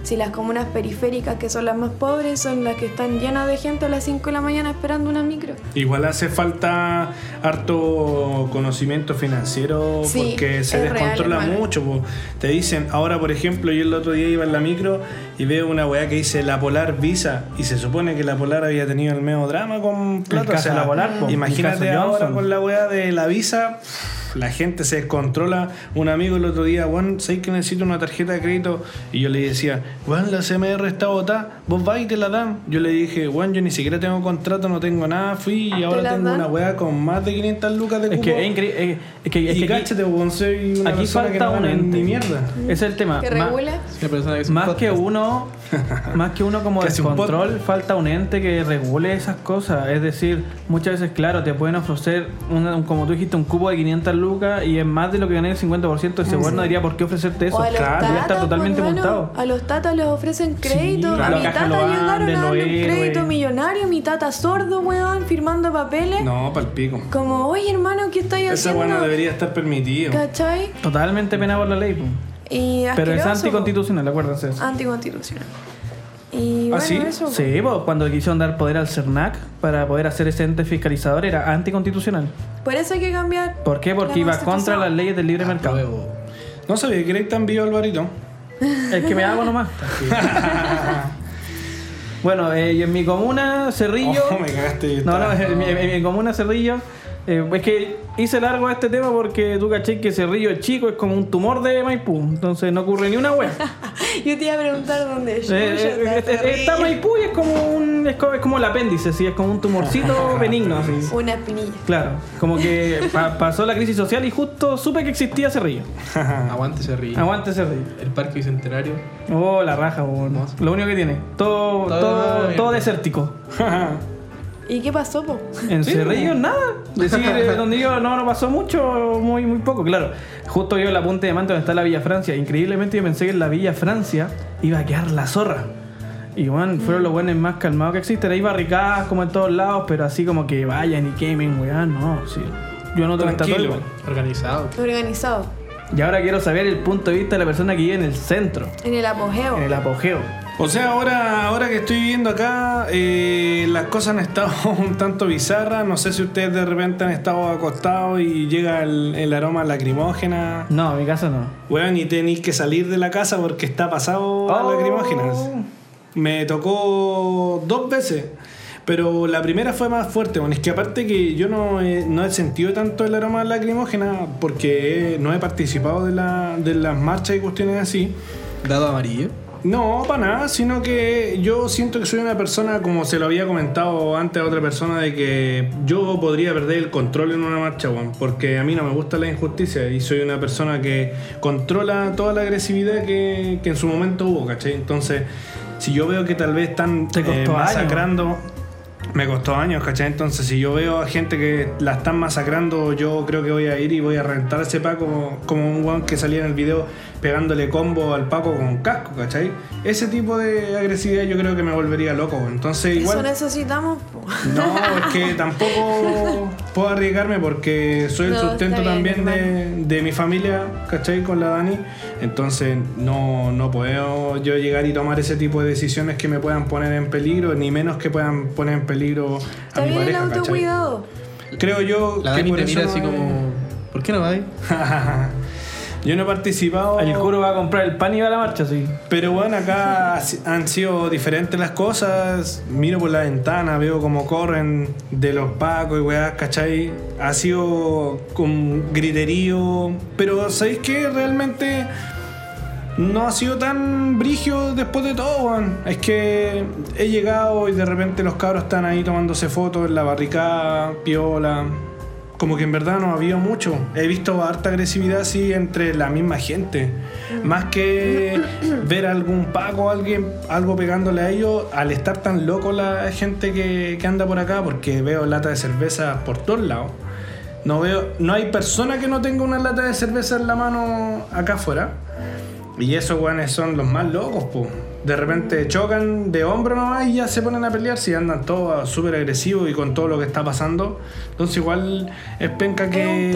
Si las comunas periféricas, que son las más pobres, son las que están llenas de gente a las 5 de la mañana esperando una micro. Igual hace falta harto conocimiento financiero Sí, porque se es real, descontrola hermano. mucho. Po. Te dicen, ahora por ejemplo, yo el otro día iba en la micro y veo una weá que dice la Polar Visa y se supone que la Polar había tenido el medio drama con plata. caso de la Polar, po. Imagínate El caso ahora Johnson. con la weá de la Visa. La gente se descontrola. Un amigo el otro día, Juan, ¿sabes que necesito una tarjeta de crédito? Y yo le decía, Juan, la CMR está botada, vos vas y te la dan. Yo le dije, Juan, yo ni siquiera tengo contrato, no tengo nada, fui y ahora la tengo dan? una weá con más de 500 lucas de Es cupo. que es increíble. Es que y aquí- cáchate, weón, soy una aquí persona que falta no un gana ente. ni mierda. Ese es el tema. Que Ma- regula. Una persona que es un Más que podcast. uno como Casi un descontrol, podcast. falta un ente que regule esas cosas. Es decir, muchas veces, claro, te pueden ofrecer, como tú dijiste, un cupo de 500 lucas y es más de lo que gané el 50%. Ese weón no diría por qué ofrecerte eso. O a los Claro, ya está tatas, totalmente pues, hermano, montado. a los tatas les ofrecen crédito. claro, a mi Caja tata lo dan, llegaron de a darle un Noé, crédito güey. millonario. Mi tata sordo, weón, firmando papeles. No, palpico. Como, oye, hermano, ¿qué estáis Esa haciendo? weá no debería estar permitido. ¿Cachai? Totalmente penado por la ley. Po. Y Pero es asqueroso, anticonstitucional, acuérdense de eso. Anticonstitucional. Y ¿Ah, bueno, sí? eso. Sí, pues, cuando quisieron dar poder al CERNAC para poder hacer ese ente fiscalizador era anticonstitucional. Por eso hay que cambiar. ¿Por qué? Porque la iba contra Constitución. las leyes del libre mercado. Luego, No sabía que eres tan vivo, Alvarito. Es que me hago nomás. Bueno, y en mi comuna, Cerrillo. Oh, me cagaste. No, en mi comuna, Cerrillo. Es que hice largo este tema porque tú caché que Cerrillo es chico, es como un tumor de Maipú. Entonces no ocurre ni una wea. Yo te iba a preguntar dónde yo. Está Maipú y es como el apéndice, sí, es como un tumorcito benigno. Así. Una espinilla. Claro, como que pasó la crisis social y justo supe que existía Cerrillo. aguante ese río. Aguante Cerrillo. El Parque Bicentenario. Oh, la raja, weón. Hermoso. Lo único que tiene. Todo desértico. ¿Y qué pasó, po? En Cerrillo nada. Decir, donde yo no pasó mucho, muy poco. Claro, justo yo en la punta de Manta donde está la Villa Francia. Increíblemente yo pensé que en la Villa Francia iba a quedar la zorra. Y bueno, fueron los buenos más calmados que existen. Hay barricadas como en todos lados, pero así como que vayan y quemen, weón. No, sí. Yo no tengo esta todo Tranquilo. igual. Organizado. Organizado. Y ahora quiero saber el punto de vista de la persona que vive en el centro, En el apogeo. en el apogeo. O sea, ahora que estoy viviendo acá, las cosas han estado un tanto bizarras. No sé si ustedes de repente han estado acostados y llega el aroma lacrimógena. No, en mi casa no. Weón, y tenéis que salir de la casa porque está pasado a lacrimógenas. Me tocó 2 veces. Pero la primera fue más fuerte, bueno, es que aparte que yo no he sentido tanto el aroma lacrimógena porque no he participado de las marchas y cuestiones así. Dado amarillo. No, para nada, sino que yo siento que soy una persona, como se lo había comentado antes a otra persona, de que yo podría perder el control en una marcha, weón, porque a mí no me gusta la injusticia y soy una persona que controla toda la agresividad que en su momento hubo, ¿cachai? Entonces, si yo veo que tal vez están Te costó masacrando... Me costó años, ¿cachai? Entonces, si yo veo a gente que la están masacrando, yo creo que voy a ir y voy a reventar a ese Paco como un weón que salía en el video pegándole combo al Paco con casco, ¿cachai? Ese tipo de agresividad yo creo que me volvería loco, weón. Entonces, igual... Eso necesitamos, po. No, es que tampoco puedo arriesgarme porque soy el No, sustento está bien, también de mi familia, ¿cachai? Con la Dani. Entonces no puedo yo llegar y tomar ese tipo de decisiones que me puedan poner en peligro, ni menos que puedan poner en peligro a Está mi bien el pareja, ¿cachai? autocuidado. Creo yo La que Dani por te eso mira no así he- como. ¿Por qué no vais? Yo no he participado. El juro va a comprar el pan y va a la marcha, sí. Pero bueno, acá han sido diferentes las cosas. Miro por la ventana, veo cómo corren de los pacos y weás, ¿cachai? Ha sido con griterío. Pero ¿sabéis qué? Realmente no ha sido tan brigio después de todo, weón. Es que he llegado y de repente los cabros están ahí tomándose fotos en la barricada, piola. Como que en verdad no había mucho. He visto harta agresividad así entre la misma gente. Más que ver a algún Paco o alguien algo pegándole a ellos, al estar tan loco la gente que anda por acá, porque veo lata de cerveza por todos lados. No hay persona que no tenga una lata de cerveza en la mano acá afuera. Y esos weones son los más locos, po. de repente chocan de hombro nomás y ya se ponen a pelear, si andan todos súper agresivos y con todo lo que está pasando. Entonces igual es penca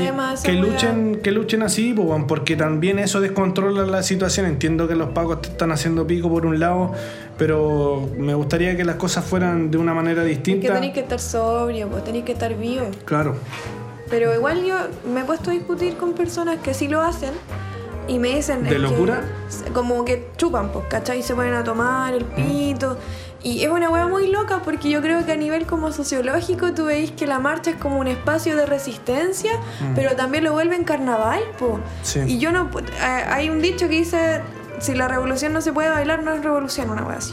que luchen así, pues, bueno, porque también eso descontrola la situación. Entiendo que los pacos te están haciendo pico por un lado, pero me gustaría que las cosas fueran de una manera distinta. Es que tenéis que estar sobrio, pues tenéis que estar vivo. Claro. Pero igual yo me he puesto a discutir con personas que sí lo hacen y me dicen... ¿De locura? Como que chupan, pues, ¿cachai? Se ponen a tomar el pito. Y es una hueá muy loca porque yo creo que a nivel como sociológico tú veis que la marcha es como un espacio de resistencia, pero también lo vuelven carnaval, pues. Sí. Y yo no... hay un dicho que dice, si la revolución no se puede bailar, no es revolución, una hueá así.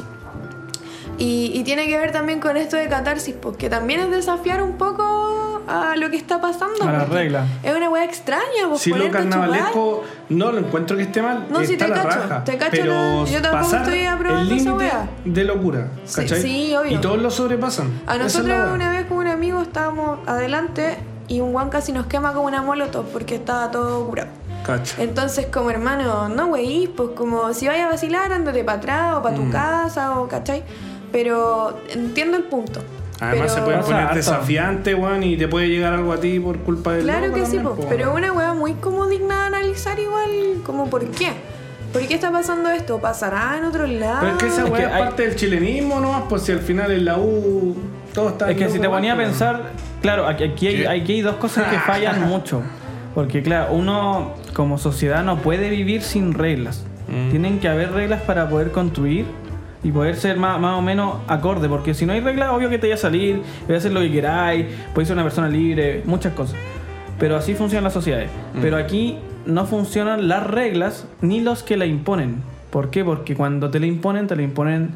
Y tiene que ver también con esto de catarsis, porque también es desafiar un poco a lo que está pasando. A las reglas. Es una hueá extraña, pues. Si lo carnavalesco no lo encuentro que esté mal, no, está si la raja. Te cacho, pero yo tampoco pasar estoy aprobando el esa límite hueá. de locura, ¿cachai? Sí, obvio. Y todos lo sobrepasan. A Esa es nosotros la hueá. una vez con un amigo estábamos adelante y un guan casi nos quema como una molotov porque estaba todo curado. Cacha. Entonces, como hermano, no güey, pues como si vayas a vacilar, ándate para atrás o para tu casa o ¿cachai? Pero entiendo el punto. Además pero... se puede poner harto. desafiante, weón, y te puede llegar algo a ti por culpa del Claro loco que sí, también, pues, po, pero es weón. una weá muy como digna de analizar igual, como ¿por qué? ¿Por qué está pasando esto? ¿Pasará en otros lados? Pero es que esa Es weá que es hay- parte del chilenismo nomás, pues si al final en la U todo está... Es que si te ponía a pensar, claro, aquí hay dos cosas que fallan mucho. Porque claro, uno como sociedad no puede vivir sin reglas. Tienen que haber reglas para poder construir y poder ser más o menos acorde. Porque si no hay reglas, obvio que te vaya a salir, voy a hacer lo que queráis, podéis ser una persona libre, muchas cosas. Pero así funcionan las sociedades. Pero aquí no funcionan las reglas ni los que la imponen. ¿Por qué? Porque cuando te la imponen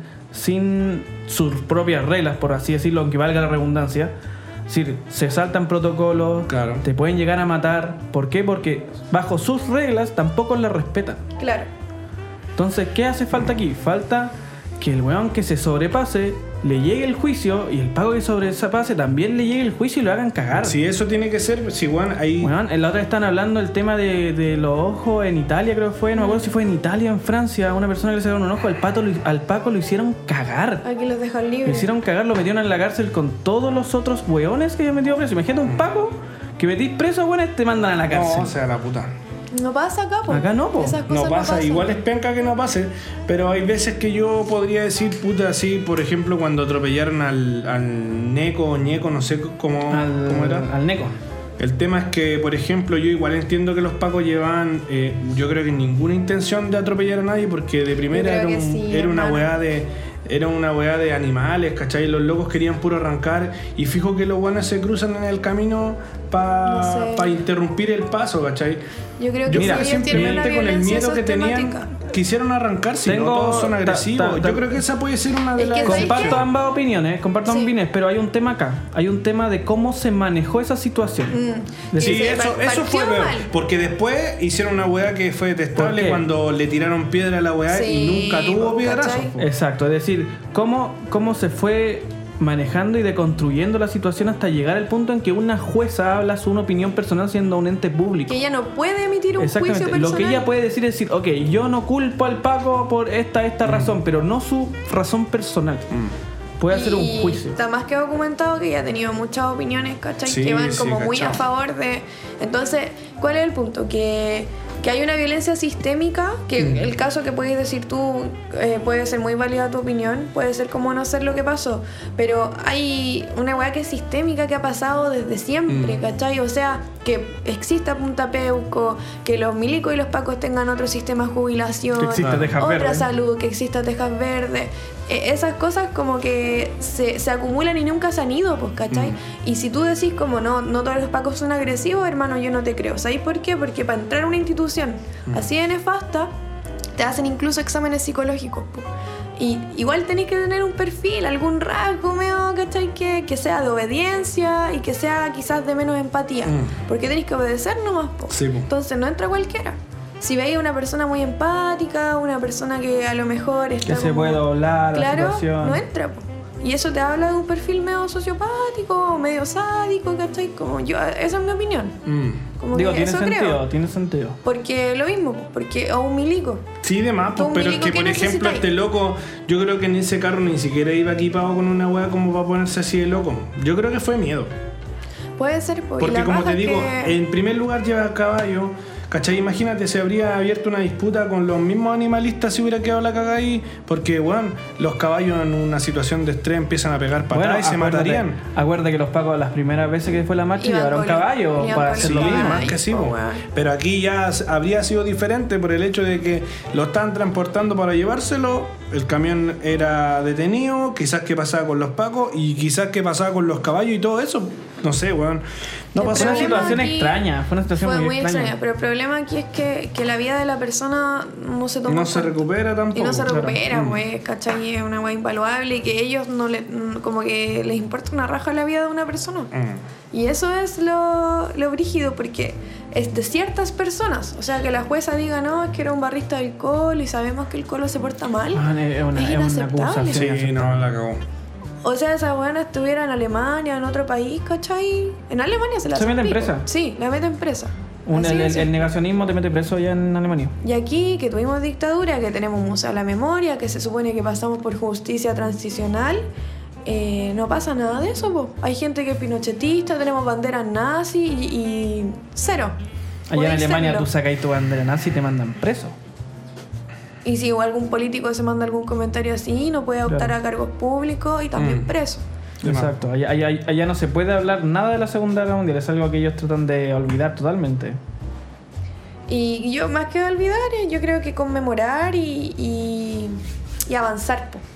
sin sus propias reglas, por así decirlo, aunque valga la redundancia. Es decir, se saltan protocolos, Claro. te pueden llegar a matar. ¿Por qué? Porque bajo sus reglas tampoco las respetan. Claro. Entonces, ¿qué hace falta aquí? Falta que el weón que se sobrepase le llegue el juicio y el pago que sobrepase también le llegue el juicio y lo hagan cagar. Si eso tiene que ser, si weón, ahí... Weón, en la otra vez están hablando del tema de los ojos en Italia, creo que fue, no me acuerdo si fue en Italia o en Francia, una persona que le sacaron un ojo, al Paco lo hicieron cagar. Aquí los dejan Lo libres. hicieron cagar, lo metieron en la cárcel con todos los otros weones que habían metido preso. Imagínate un Paco que metís preso a weones, te mandan a la cárcel. No, o sea, la puta. No pasa acá, po. Acá no, po. Esas cosas No pasa, pasan. igual es penca que no pase, pero hay veces que yo podría decir, puta, así, por ejemplo, cuando atropellaron al Neco o Ñeco, no sé cómo era. Al Neco. El tema es que, por ejemplo, yo igual entiendo que los pacos llevaban, yo creo que ninguna intención de atropellar a nadie, porque de primera Yo creo era, que sí, era una hermano. era una weá de animales, ¿cachai? Los locos querían puro arrancar y fijo que los buenos se cruzan en el camino para No sé. interrumpir el paso, ¿cachai? Yo creo que Yo sí, creo que ellos tienen una simplemente con el violencia miedo que tenían sistemática. quisieron arrancar, si no Tengo- todos son agresivos. Yo creo que esa puede ser una de Es que las... ¿sabes Comparto qué? ambas opiniones, Sí. pero hay un tema acá. Hay un tema de cómo se manejó esa situación. Es Sí, decir, eso partió fue peor. mal. Porque después hicieron una weá que fue ¿Por detestable qué? cuando le tiraron piedra a la weá y Sí, nunca tuvo piedrazos. ¿cachai? po. exacto, es decir, cómo se fue manejando y deconstruyendo la situación hasta llegar al punto en que una jueza habla su opinión personal siendo un ente público. Que ella no puede emitir un juicio Exactamente, personal. lo que ella puede decir es decir, ok, yo no culpo al Paco por esta razón, pero no su razón personal. Puede hacer un Y juicio. está más que documentado que ella ha tenido muchas opiniones, ¿cachai? Sí, que van sí, como muy a cachao. favor de... Entonces, ¿cuál es el punto? Que hay una violencia sistémica, que el caso que puedes decir tú puede ser muy válida tu opinión, puede ser como no ser lo que pasó, pero hay una weá que es sistémica que ha pasado desde siempre, ¿cachai? O sea, que exista Punta Peuco, que los milicos y los pacos tengan otro sistema de jubilación, Que exista Tejas otra Verdes. salud, que exista Tejas Verdes. Esas cosas como que se acumulan y nunca se han ido, pues, ¿cachai? Y si tú decís como no todos los pacos son agresivos, hermano, yo no te creo. ¿Sabéis por qué? Porque para entrar a una institución así de nefasta, te hacen incluso exámenes psicológicos, po. Y igual tenéis que tener un perfil, algún rasgo medio, ¿cachai? Que sea de obediencia y que sea quizás de menos empatía. Porque tenéis que obedecer nomás, po. Sí, po. Entonces no entra cualquiera. si veis una persona muy empática, una persona que a lo mejor está Que se como- puede doblar la claro, situación. no entra, po. Y eso te habla de un perfil medio sociopático, medio sádico, ¿cachai? Como yo, esa es mi opinión. Como Digo, que tiene eso sentido, creo. tiene sentido. Porque lo mismo, porque o un milico. Sí, de más, pues, Tú, pero es Milico, que, ¿qué por ejemplo, necesitáis? este loco, yo creo que en ese carro ni siquiera iba equipado con una weá como para ponerse así de loco. Yo creo que fue miedo. Puede ser, po. Y Porque la como raja te digo, que- en primer lugar lleva caballo, ¿cachai? Imagínate, se habría abierto una disputa con los mismos animalistas si hubiera quedado la cagada ahí, porque, weón, los caballos en una situación de estrés empiezan a pegar patadas y se matarían. Acuérdate que los pacos las primeras veces que fue la marcha Iban llevaron con los- caballo iban para con hacer Sí, lo los mismo. además caballos, que sí, po, po. weón. Pero aquí ya habría sido diferente por el hecho de que lo estaban transportando para llevárselo, el camión era detenido, quizás qué pasaba con los pacos y quizás qué pasaba con los caballos y todo eso. No sé, weón. No El pasó Fue una nada. problema situación aquí extraña, fue una situación Fue muy muy extraña. extraña, pero el problema aquí es que la vida de la persona no se toma No en se cuenta. recupera tampoco. Y no se claro. recupera, pues, ¿cachai? Es una weá invaluable y que ellos no le, como que les importa una raja la vida de una persona. Y eso es lo brígido, porque es de ciertas personas. O sea, que la jueza diga, no, es que era un barrista de alcohol y sabemos que el colo se porta mal. Es una inaceptable. acusación. Sí, no, la cagó. O sea, esa buena estuviera en Alemania, en otro país, ¿cachai? En Alemania se la Se hacen mete pico. presa. Sí, la meten presa. Un- Así de el simple. negacionismo te mete preso allá en Alemania. Y aquí, que tuvimos dictadura, que tenemos Museo de la Memoria, que se supone que pasamos por justicia transicional, no pasa nada de eso, po. Hay gente que es pinochetista, tenemos banderas nazi y cero. Allá en Podéis Alemania serlo. tú sacáis tu bandera nazi y te mandan preso. Y si algún político se manda algún comentario así, no puede optar Claro. a cargos públicos y también preso. Exacto. Allá no se puede hablar nada de la Segunda Guerra Mundial. Es algo que ellos tratan de olvidar totalmente. Y yo, más que olvidar, yo creo que conmemorar y avanzar, po.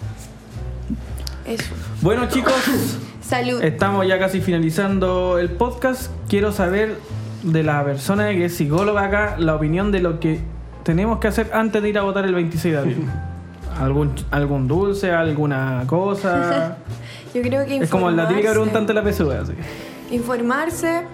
Eso. Bueno, chicos, Salud. estamos ya casi finalizando el podcast. Quiero saber de la persona que es psicóloga acá la opinión de lo que tenemos que hacer antes de ir a votar el 26 de abril. ¿Algún dulce? ¿Alguna cosa? Yo creo que Es como la típica informarse. pregunta ante la PSU, así. Informarse,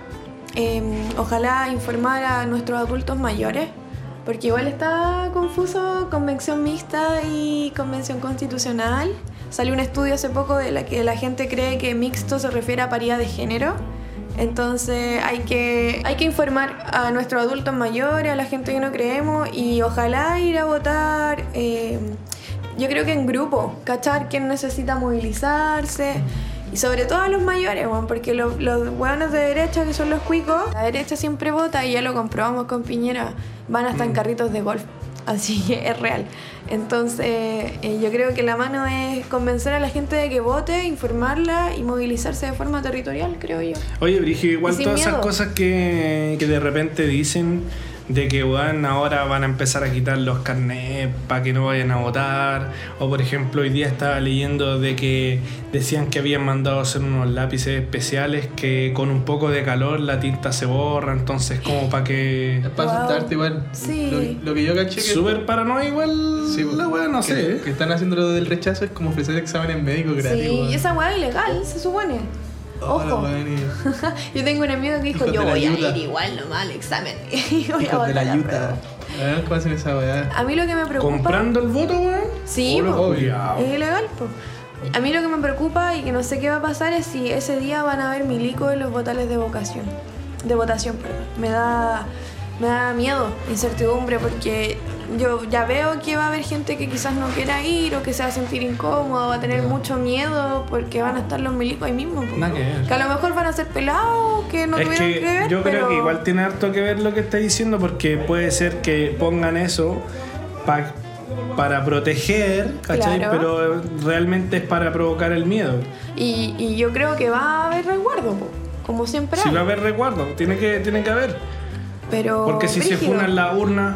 ojalá informar a nuestros adultos mayores, porque igual está confuso convención mixta y convención constitucional. Salió un estudio hace poco de la que la gente cree que mixto se refiere a paridad de género. Entonces hay que informar a nuestros adultos mayores, a la gente que no creemos, y ojalá ir a votar. Yo creo que en grupo, cachar quién necesita movilizarse. Y sobre todo a los mayores, weón, porque los hueones de derecha, que son los cuicos, la derecha siempre vota, y ya lo comprobamos con Piñera, van hasta en carritos de golf. Así que es real. Entonces, yo creo que la mano es convencer a la gente de que vote, informarla y movilizarse de forma territorial, creo yo. Oye, Brigio, igual Y sin todas esas miedo. cosas que de repente dicen de que weón, ahora van a empezar a quitar los carnets para que no vayan a votar. O por ejemplo, hoy día estaba leyendo de que decían que habían mandado a hacer unos lápices especiales que con un poco de calor la tinta se borra, entonces como para que... Es para Wow. asustarte igual. Sí. Lo que yo caché que... Súper paranoia igual Sí, la weá, no que, sé. que están haciendo lo del rechazo es como ofrecer exámenes médicos gratis. Sí, weón. y esa hueá es ilegal, se supone. Oh, la Ojo. weón, y- Yo tengo un amigo que dijo, Hijos yo de la voy a ayuda. ir igual nomás al examen. Y voy a Hijos de la votar la ayuda. prueba. A ver cómo hacen esa weá. A mí lo que me preocupa... ¿Comprando el voto, weón? Sí, Hola, po. culiao. Es ilegal, po. A mí lo que me preocupa y que no sé qué va a pasar es si ese día van a haber milicos en los votales de votación, perdón. Me da miedo, incertidumbre, porque yo ya veo que va a haber gente que quizás no quiera ir o que se va a sentir incómodo, va a tener mucho miedo porque van a estar los milicos ahí mismo, po. Nada que ver. Que a lo mejor van a ser pelados, que no Es tuvieron que ver, yo creo pero... que igual tiene harto que ver lo que está diciendo, porque puede ser que pongan eso para proteger, ¿cachai? Claro. Pero realmente es para provocar el miedo. Y yo creo que va a haber resguardo, po, como siempre Si hay. va a haber resguardo, tiene que haber. Pero Porque si se brígido. funan la urna,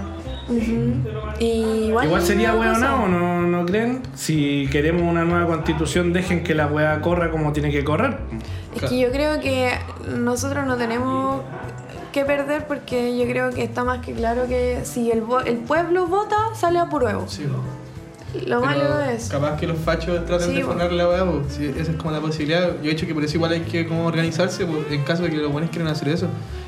Y igual sería me da hueonao, cosa. ¿no creen? Si queremos una nueva constitución, dejen que la hueá corra como tiene que correr. Es que yo creo que nosotros no tenemos que perder, porque yo creo que está más que claro que si el pueblo vota, sale a prueba. Sí, po. Lo Pero malo es... capaz que los fachos traten Sí, de po. frenar la weá, po. Sí, esa es como la posibilidad. Yo he dicho que por eso igual hay que como organizarse, po, en caso de que los buenos quieran hacer eso.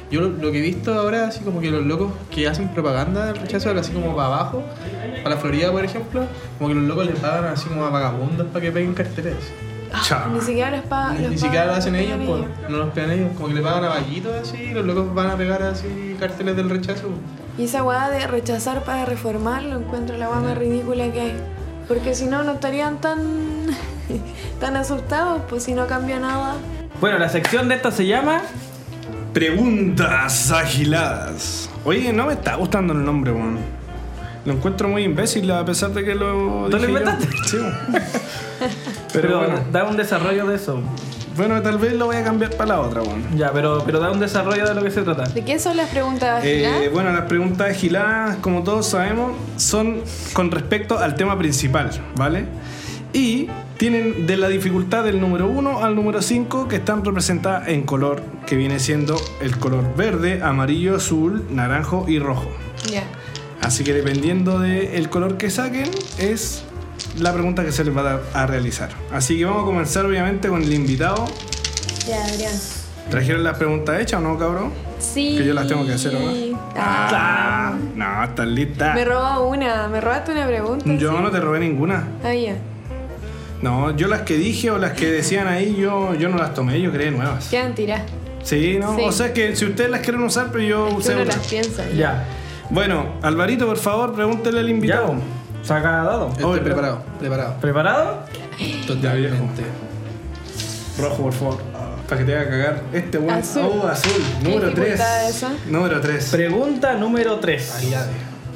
Yo lo que he visto ahora, así como que los locos que hacen propaganda del rechazo, así como para abajo, para la Florida, por ejemplo, como que los locos les pagan así como a vagabundos para que peguen carteles. Chao. Ni siquiera los pagan. Ni siquiera lo hacen ellos, pues, no los pegan ellos. Como que le pagan a vaguitos así, y los locos van a pegar así carteles del rechazo. Y esa weá de rechazar para reformar lo encuentro la weá más ridícula que hay. Porque si no, no estarían tan asustados, pues si no cambia nada. Bueno, la sección de esta se llama... Preguntas agiladas. Oye, no me está gustando el nombre, weón. Lo encuentro muy imbécil a pesar de que lo ¿Tú lo dije yo. inventaste? Sí, weón. Pero bueno. da un desarrollo de eso. Bueno, tal vez lo voy a cambiar para la otra, weón. Ya, pero da un desarrollo de lo que se trata. ¿De qué son las preguntas agiladas? Bueno, las preguntas agiladas, como todos sabemos, son con respecto al tema principal, ¿vale? Y tienen de la dificultad del número 1 al número 5 que están representadas en color, que viene siendo el color verde, amarillo, azul, naranjo y rojo. Ya. Así que dependiendo del color que saquen, es la pregunta que se les va a dar a realizar. Así que vamos a comenzar obviamente con el invitado. Ya, Adrián. ¿Trajeron las preguntas hechas o no, cabrón? Sí. Que yo las tengo que hacer, ¿o no? Ah. No, estás lista. Me robó una. Me robaste una pregunta. Yo ¿sí? no te robé ninguna. Ah, ya. No, yo las que dije o las que decían ahí, yo no las tomé, yo creé nuevas. Quedan tiradas. Sí, ¿no? Sí. O sea que si ustedes las quieren usar, pero yo Tú usé no otras. las piensas. Ya. Bueno, Alvarito, por favor, pregúntele al Ya, invitado. saca dado. Estoy Oye, preparado. ¿Preparado? Totalmente. Rojo, por favor. Para que te haga cagar. Este buen. Azul. Oh, azul. Número 3. dificultad esa? Número 3. Pregunta número 3. Habilidades.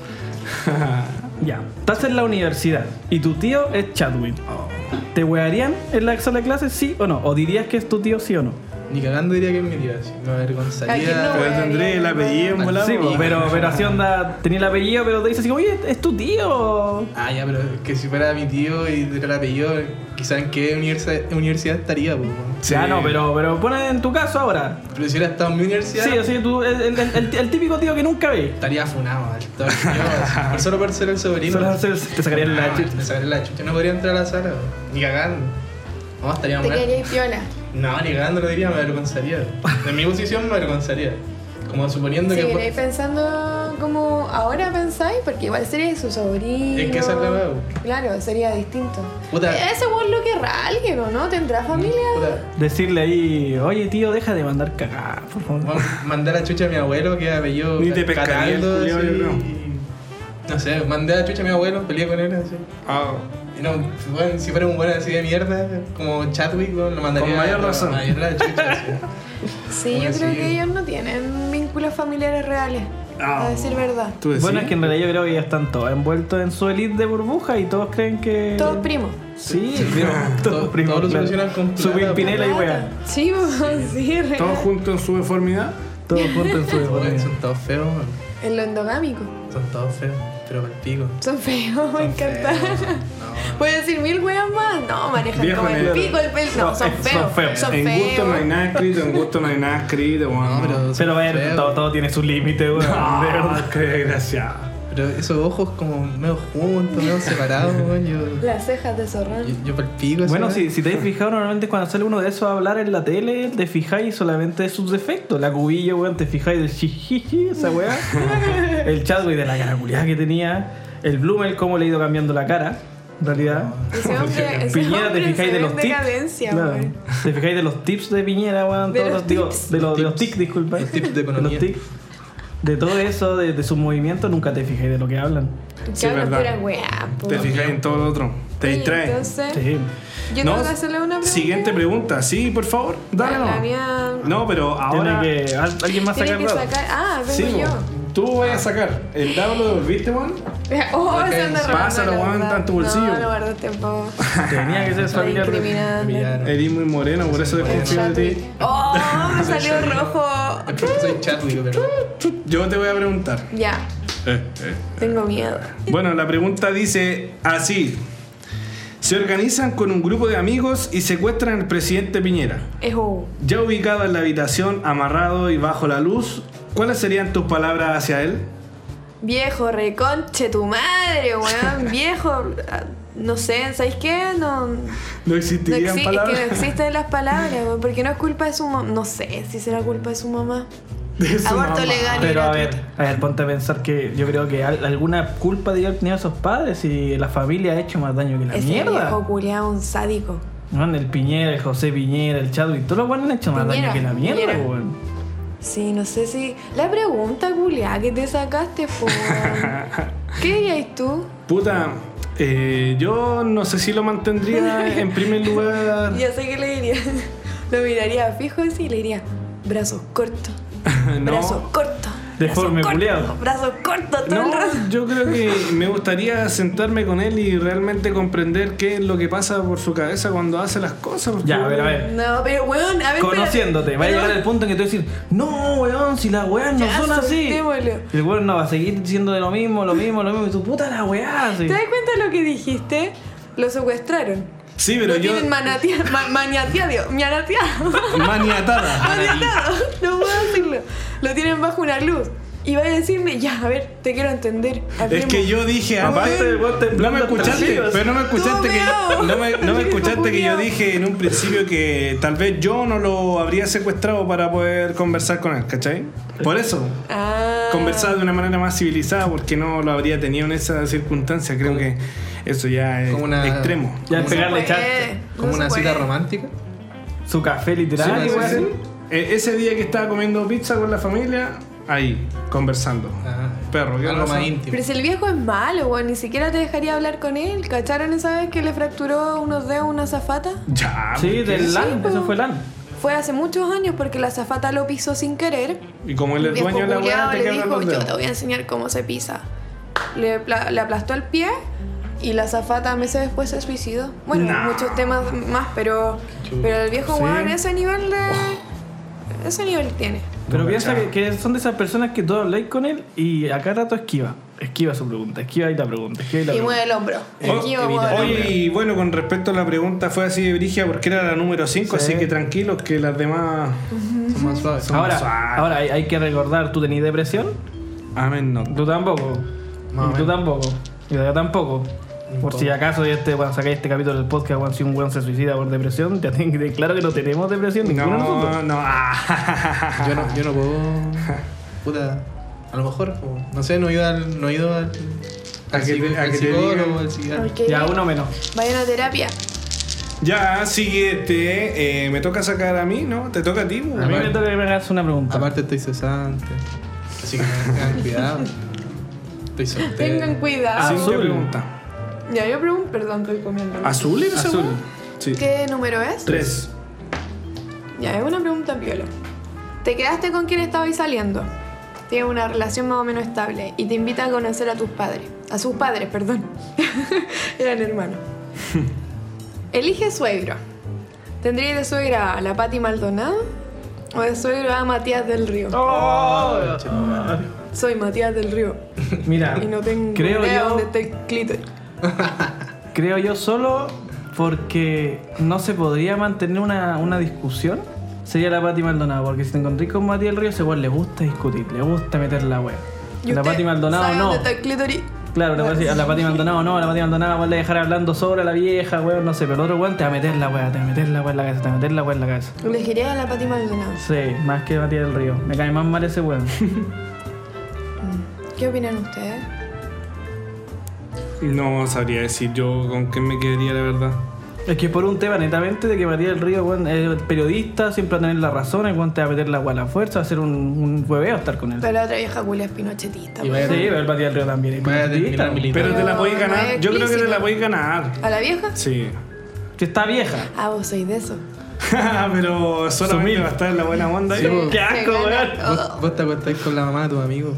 Ya. Estás en la universidad y tu tío es Chadwick. ¿Te wearían en la sala de clases, sí o no? ¿O dirías que es tu tío, sí o no? Ni cagando diría que es mi tío, así. Me Aquí avergonzaría. no. Pero tendré el apellido en volado. Sí, sí, pero así onda, tenía el apellido, pero te dice así, oye, es tu tío. Ah, ya, pero es que si fuera mi tío y tuviera el apellido, quizás en qué universidad estaría, pues. Bueno. Sí. Ya no, pero pone en tu caso ahora. Pero si hubiera estado en mi universidad, Sí, así tú, el típico tío que nunca ve. estaría funado, al toque. Yo, solo por ser el sobrino. Te sacarían la chucha. Me sacaría la chucha. No podría entrar a la sala, weón. Ni cagando. No, estaría Te mal. querías piola. No, ni cagando lo diría, me avergonzaría. En mi posición me avergonzaría. Como suponiendo que. ¿Seguiréis pensando como ahora pensáis? Porque igual sería su sobrino. Es que esa es la weá. Claro, sería distinto. Puta. Ese weón lo querrá alguien, ¿o no? ¿Tendrá familia? Puta, Decirle ahí, oye tío, deja de mandar cagar, por favor. bueno, mandé a la chucha a mi abuelo que apellido Ni te pescaría el Cataldo, culiao, así, yo creo. y- No sé, mandé a la chucha a mi abuelo, peleé con él así. Ah, Y no, bueno, si fuera un buen así de mierda, como Chadwick, bueno, lo mandaría Con mayor razón. a la chucha, así. Sí, yo Bueno, creo sí. que ellos no tienen vínculos familiares reales. A decir verdad. ¿tú decís? Bueno, es que en realidad yo creo que ya están todos envueltos en su elite de burbuja y todos creen que... Todos primos. Sí, pero Todo- primos, todo lo claro. solucionan con Su plata, Pimpinela y wea. Sí, pues, sí, real. Todos juntos en su deformidad. Todos juntos en su Bueno, burbuja. son todos feos, man. En lo endogámico. Son todos feos, pero para el pico. Son feos, me Son encanta. feos. No, ¿Puedes decir 1000 weas más? No, manejan Viejo como el negro. pico, el pelo. No, son feos. Son En gusto no hay feos. nada escrito, en gusto no hay nada escrito, weón. no, pero son Pero a ver, feos. todo tiene su límite, weón. De Ah, verdad. qué desgraciado. Pero esos ojos como medio juntos, medio separados, weón. Las cejas de zorrón. Yo para el pico. esa Bueno, weá. si te has fijado, normalmente cuando sale uno de esos a hablar en la tele, te fijáis solamente de sus defectos. La cubilla, weón, te fijáis del jijiji, esa weá. El Chadwick de la caraculeada que tenía. El Blumel, cómo le ha ido cambiando la cara, en realidad. Ese Piñera, te hombre fijáis se de ve los en tics. decadencia, Claro. weón. Te fijáis de los tips de Piñera, weón. De Todos los los digo, tips. de los Tips. tics, disculpa. Los tips de economía. Los tics. De todo eso, de sus movimientos, nunca te fijáis de lo que hablan. Sí, Que hablan verdad. pura weá, po. Te fijas en todo lo otro. Te Oye, distrae. Entonces, Sí. yo No, tengo que hacerle una pregunta. Siguiente pregunta. Sí, por favor. Dale, La no. mía. No, pero ahora. Tiene que alguien más Tiene sacar que dado. sacar. Ah, vengo Sí, yo. tú vas a sacar. ¿El dado lo devolviste, Juan? Oh, se anda robando Pásalo, la weón, verdad. en tu bolsillo. No, lo guardaste po. Tenía que ser Soy familiar. de- incriminante. Pillaron. Eres muy moreno, por eso desconfío de ti. Oh, me salió rojo. Es porque soy Chadwick, pero. Yo te voy a preguntar. Ya, tengo miedo. Bueno, la pregunta dice así. Se organizan con un grupo de amigos y secuestran al presidente Piñera. Ya ubicado en la habitación, amarrado y bajo la luz, ¿cuáles serían tus palabras hacia él? Viejo, reconche tu madre, weón. Viejo, no sé, ¿sabéis qué? No ¿No existirían es que palabras? no existen las palabras, weón, porque no es culpa de su mamá. No sé si será culpa de su mamá. De su Aborto mamá. legal y Pero gratuito. a ver, ponte a pensar que yo creo que alguna culpa de haber tenido esos padres y la familia ha hecho más daño que la Ese mierda. viejo culiao, un sádico. Man, el Piñera, el José Piñera, el Chadwick, todos los buenos han hecho más Piñera, daño que la mierda, Piñera. weón. Sí, no sé si... La pregunta, culiao, que te sacaste, po. ¿Qué dirías tú? Puta, yo no sé si lo mantendría en primer lugar. Ya sé que le diría. Lo miraría fijo así y le diría... Brazos cortos. No. Brazos cortos. Deforme, brazos culiao. cortos, brazos cortos todo el No, rato. yo creo que me gustaría sentarme con él y realmente comprender qué es lo que pasa por su cabeza cuando hace las cosas. porque- Ya, a ver. No, pero weón, a ver, Conociéndote, va a pero- llegar el punto en que tú vas a decir, no, weón, si las weas no Ya, son así. soltémoslo. Y el weón no va a seguir diciendo de lo mismo, y tu puta la weá, así. ¿Te das cuenta de lo que dijiste? Lo secuestraron. Sí, pero Lo yo. tienen maniateado. Maniateado. Maniatada. Maniatado. No puedo decirlo. Lo tienen bajo una luz. Y vaya a decirme, ya, a ver, te quiero entender. Es hablemos. que yo dije antes, Aparte, vos no temblando me hasta escuchaste, los pero no me escuchaste que Tú, no me veo. escuchaste que yo Culiao. dije en un principio que tal vez yo no lo habría secuestrado para poder conversar con él, ¿cachai? Por eso, Ah. conversar de una manera más civilizada porque no lo habría tenido en esa circunstancia, creo que eso ya es Como una- extremo. Ya No es se pegarle puede, charte. Como no una se cita puede. romántica. Su café literal, Sí, y weá, sí, así. sí. Ese día que estaba comiendo pizza con la familia, ahí, conversando. Ah, Perro, ¿qué algo pasa? más íntimo. Pero si el viejo es malo, weón, ni siquiera te dejaría hablar con él. ¿Cacharon esa vez que le fracturó unos dedos a una azafata? Ya, Sí, ¿por qué? del LAN, Sí, eso po. fue LAN. Fue hace muchos años porque la azafata lo pisó sin querer. Y como él El es viejo dueño de la culiao weá, te le quedan dijo, los yo dedos. te voy a enseñar cómo se pisa. Le aplastó el pie y la azafata meses después se suicidó. Bueno, No. muchos temas más, pero el viejo Sí. weón ese nivel de... Ese nivel tiene. Pero No, piensa cachado. que son de esas personas que tú habláis con él y a cada rato esquiva su pregunta, esquiva y la pregunta, esquiva y la Y pregunta. mueve el hombro. Oh, Aquí mueve el hombro. Oye, y bueno, con respecto a la pregunta fue así de brigia porque era la número 5, Sí. así que tranquilos que las demás... Son más suaves. Ahora hay que recordar, ¿tú tenías depresión? Amén, no. Tú tampoco. Más o Y tú menos. tampoco. Y yo tampoco. Por si acaso cuando sacáis este capítulo del podcast, si un weón se suicida por depresión, ya tienen que tener claro que no tenemos depresión, ninguno de nosotros. No, ah. Yo no puedo. Puta. A lo mejor, no sé, no he ido al A que te- a al que te psicólogo, digan. al psiquiatra. Ok. Ya, uno menos. Vayan a terapia. Ya, siguiente. Me toca sacar a mí, ¿no? Te toca a ti, A güey. mí me toca que me hagas una pregunta. Aparte estoy cesante. Así que tengan cuidado. Estoy soltero. Tengan cuidado. Siguiente Azul. pregunta. Ya, yo pregunto, perdón, estoy comiendo. ¿Azul era esa Azul. weá? Sí. ¿Qué número es? 3. Ya, es una pregunta piola. Te quedaste con quien estabais saliendo. Tienes una relación más o menos estable y te invita a conocer a tus padres. A sus padres, perdón. Eran hermanos. Elige suegro. ¿Tendríais de suegra a la Pati Maldonado o de suegro a Matías del Río? Oh. Soy Matías del Río Mira, y no tengo creo idea yo, dónde está el clítoris. creo yo solo porque no se podría mantener una discusión. Sería la Pati Maldonado, porque si te encontrás con Matías del Río, ese weón le gusta discutir, le gusta meter la wea. ¿Y La usted Pati Maldonado sabe no. dónde está el clítoris? Claro, le voy a decir, a la Pati Maldonado no, a la Pati Maldonado vale dejar hablando sobre la vieja, weón, no sé, pero el otro weón te va a meter la weá, te va a meter la weá en la cabeza, te va a meter la weá en la cabeza. Elegiría a la Pati Maldonado. Sí, más que Matías del Río. Me cae más mal ese weón. ¿Qué opinan ustedes? No sabría decir yo con quién me quedaría, la verdad. Es que por un tema netamente de que Matías del Río, weón, es periodista, siempre va a tener la razón, el weón te va a meter la weá a la fuerza, va a hacer un hueveo estar con él. Pero la otra vieja culia es pinochetista. Y po. vaya- Sí, pero el Matías del Río también es Vaya a terminar periodista. militar. Pero te la podéis no ganar. es Yo creo que te explícito. la podéis ganar. ¿A la vieja? Sí. Que está vieja. Ah, vos sois de eso. Pero solamente Sumil. va a estar en la buena onda. Sí, ahí. po. ¡Qué asco, Se weón! gana. Vos te acostás con la mamá de tus amigos.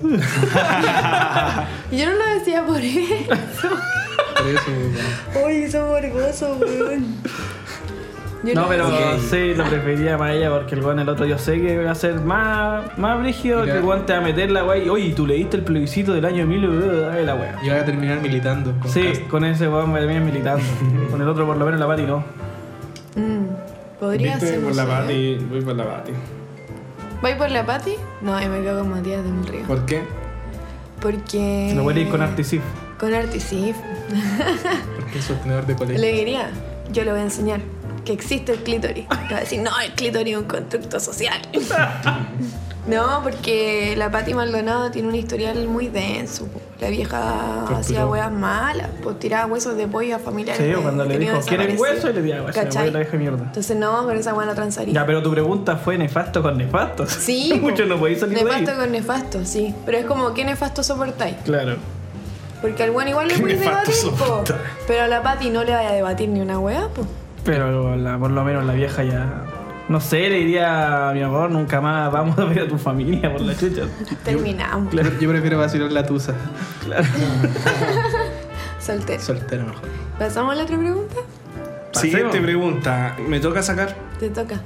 Y yo no lo decía por eso. Por eso, Uy, son morbosos, weón. Yo No, pero Ok. sí, lo preferiría más ella porque el weón el otro yo sé que va a ser más brígido, Mira. que el weón te va a meter la weá y oye, ¿tú leíste el plebiscito del año 1000? Dale la weá. y vas a terminar militando. Con Sí, Cast. con ese weón me terminas militando. Con el otro por lo menos la Pati no. Podría ¿Viste? ser. Por no la sé. Pati. Voy por la Pati. ¿Vais por la Pati? No, yo me quedo con Matías del Río. ¿Por qué? Porque. Lo voy a ir con Artisif. Con Artisif. Porque es sostenedor de colegio. Le diría, yo le voy a enseñar que existe el clítoris. Le va a decir, no, el clítoris es un constructo social. No, porque la Pati Maldonado tiene un historial muy denso. Po. La vieja hacía weas malas, pues tiraba huesos de pollo a familiares. Sí, cuando le dijo, ¿quieren hueso? Y le dio hueso. ¿Cachai? La vieja mierda. Entonces no, con esa wea no transaría. Ya, pero tu pregunta fue nefasto con nefasto. Sí. Mucho no podéis salir de ahí. Nefasto con nefasto, sí. Pero es como, ¿qué nefasto soportáis? Claro. Porque al bueno igual le ¿Qué podéis nefasto debatir, po. soportáis? Pero a la Pati no le vaya a debatir ni una wea, pues. Pero por lo menos la vieja ya... No sé, le diría, mi amor, nunca más vamos a ver a tu familia por la chucha. Terminamos. Claro, yo prefiero vacilar la tusa. Claro. Soltero. Soltero mejor. ¿Pasamos a la otra pregunta? Siguiente pregunta. ¿Me toca sacar? Te toca.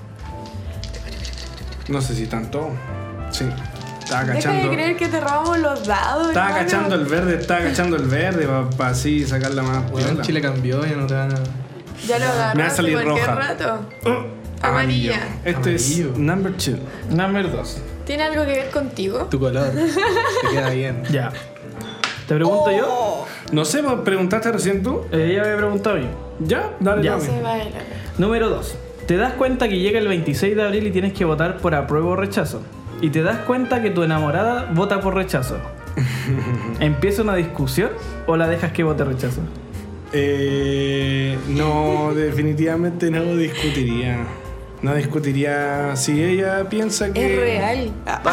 No sé si tanto. Sí. Estaba Deja cachando. de creer que te robamos los dados. Estaba hermano. cachando el verde para así sacarla más. Bueno, piola. Chile cambió, ya no te van a... Ya lo agarró Me va a salir hace cualquier roja. rato. Oh, Amarilla. Este es Amarillo. number 2. Number 2. ¿Tiene algo que ver contigo? Tu color. Te queda bien. Ya. ¿Te pregunto yo? No sé, ¿me preguntaste recién tú? Ella me preguntó a mí. ¿Ya? Dale, Ya. dame. Se baila. Número 2. Te das cuenta que llega el 26 de abril y tienes que votar por apruebo o rechazo. Y te das cuenta que tu enamorada vota por rechazo. ¿Empieza una discusión o la dejas que vote rechazo? No, definitivamente no discutiría. No discutiría si ella piensa que... Es real.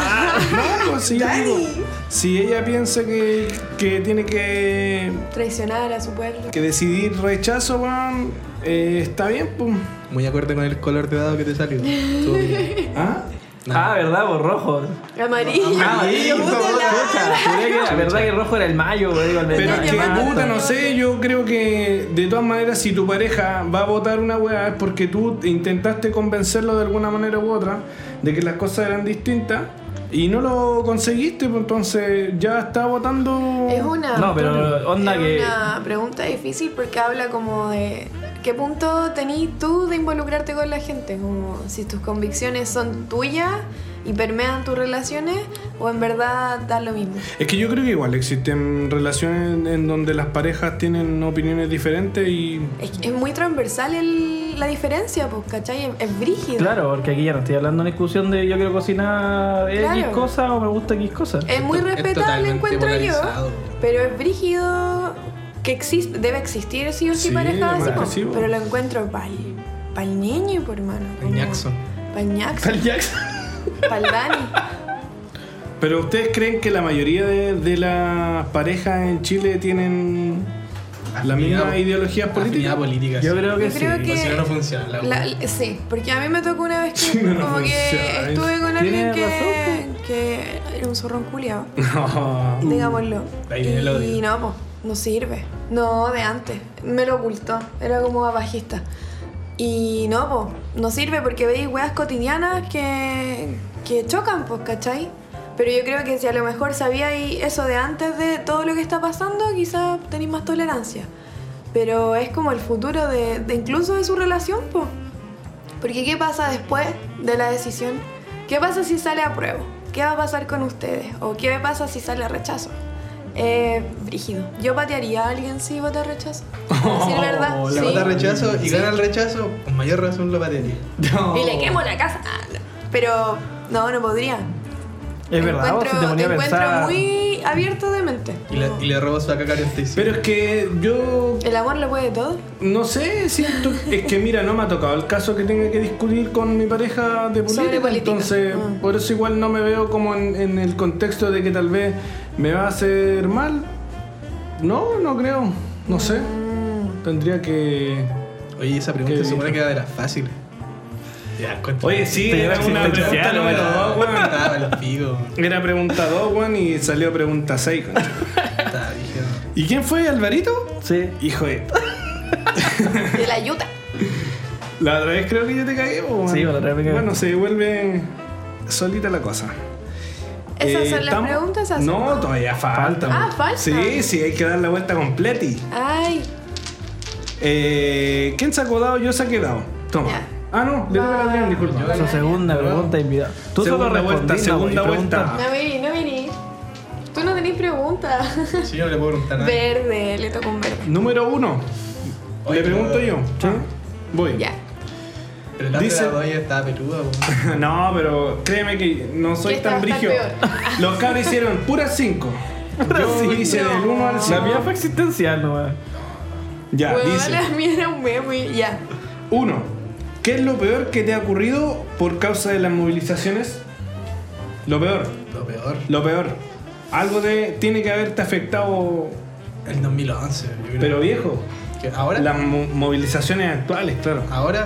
No, pues si, yo digo, si ella piensa que tiene que Traicionar a su pueblo. decidir rechazo, weón, está bien, pues. Muy acorde con el color de dado que te salió. Estuvo bien. ¿Ah? Ah, ¿verdad? Por rojo. Amarillo. Amarillo, Puta la- Juré que la verdad que el rojo era el mayo, digo, el Pero es que, llamando. puta, no sé, yo creo que de todas maneras si tu pareja va a votar una weá es porque tú intentaste convencerlo de alguna manera u otra de que las cosas eran distintas y no lo conseguiste, pues entonces ya está votando... Es una. No, pero onda es que... una pregunta difícil porque habla como de. ¿Qué punto tenés tú de involucrarte con la gente? Como si tus convicciones son tuyas y permean tus relaciones o en verdad da lo mismo. Es que yo creo que igual existen relaciones en donde las parejas tienen opiniones diferentes y... Es muy transversal la diferencia, pues, ¿cachai? Es brígido. Claro, porque aquí ya no estoy hablando en discusión de yo quiero cocinar X Claro. cosa o me gusta X cosa. Es muy Es respetable, totalmente encuentro yo, polarizado. pero es brígido que existe, debe existir sí o sí Sí, parejas así, además po. que sí, po. Pero lo encuentro pa'l niño, por hermano. El Jackson. Pa'l Jackson, El Jackson. pa'l Dani. Pero ¿ustedes creen que la mayoría de las parejas en Chile tienen las mismas ideologías Afinidad políticas? política. Yo sí. creo que Yo creo sí. que- O si no, no funciona. Sí, porque a mí me tocó una vez que Sí, no como que funciona. estuve con alguien Tienes que era un zorrón culiao, No. digámoslo. Ahí viene el odio. Y no, pues, no sirve. No, de antes. Me lo ocultó. Era como abajista. Y no, pues, no sirve porque veis weas cotidianas que chocan, pues, ¿cachai? Pero yo creo que si a lo mejor sabíais eso de antes de todo lo que está pasando, quizás tenéis más tolerancia. Pero es como el futuro de incluso de su relación, pues. Porque ¿qué pasa después de la decisión? ¿Qué pasa si sale a prueba? ¿Qué va a pasar con ustedes? ¿O qué pasa si sale a rechazo? Brígido. Yo patearía a alguien si vota rechazo. A decir verdad. Le sí. vota rechazo y Sí. gana el rechazo, con mayor razón lo patearía. No. Y le quemo la casa. Ah, no. Pero no podría. Es verdad, vos, si te ponía a encuentro pensar... muy abierto de mente. Y le robó su AK-47. Pero es que yo El amor lo puede todo. no sé, siento... Es que mira, no me ha tocado el caso que tenga que discutir con mi pareja de política. Sobre política. Entonces, por eso igual no me veo como en el contexto de que tal vez me va a hacer mal. No creo. No sé. Tendría que... Oye, esa pregunta Qué se supone bien. que era de las fáciles. Ya, cuéntame. Oye, sí, Te era lleva una pregunta existencial, número weón. 2, weón. Estaba el pico. Era pregunta 2, weón, y salió pregunta 6, concha. Estaba diciendo. ¿Y quién fue, Alvarito? Sí. Hijo de... De la yuta. La otra vez creo que yo te cagué, weón. Sí, la otra vez me cagué. Bueno, se devuelve solita la cosa. ¿Esas son las ¿estamos? preguntas? ¿Esas No, son? todavía falta. Ah, weón. falta. Sí, hay que dar la vuelta completi. Ay, ¿Quién sacó dado? Yo saqué dado. Toma. Ya. Ah, no, le toca a Adrián, disculpa. Su segunda pregunta invitado. Tú solo Segunda vuelta, respondí, no, segunda y pregunta. vuelta. no vení. Tú no tenés preguntas. Sí, yo no le puedo preguntar nada. Verde, le tocó un verde. Número 1. Oye, Le pregunto pero- yo. Sí. Voy. Ya. Pero la Dice- otra ya estaba peluda, po. No, pero créeme que no soy ¿Qué tan estaba brígido. peor? Los cabros hicieron puras 5. Yo cinco. hice del 1 al La 5. mía fue existencial nomás. Ya, Bueno, dice. la mía era un meme y ya. 1. ¿Qué es lo peor que te ha ocurrido por causa de las movilizaciones? Lo peor. Lo peor. Lo peor. Algo tiene que haberte afectado, El 2011, yo creo. pero viejo. Que ahora, Las movilizaciones actuales, claro. ahora,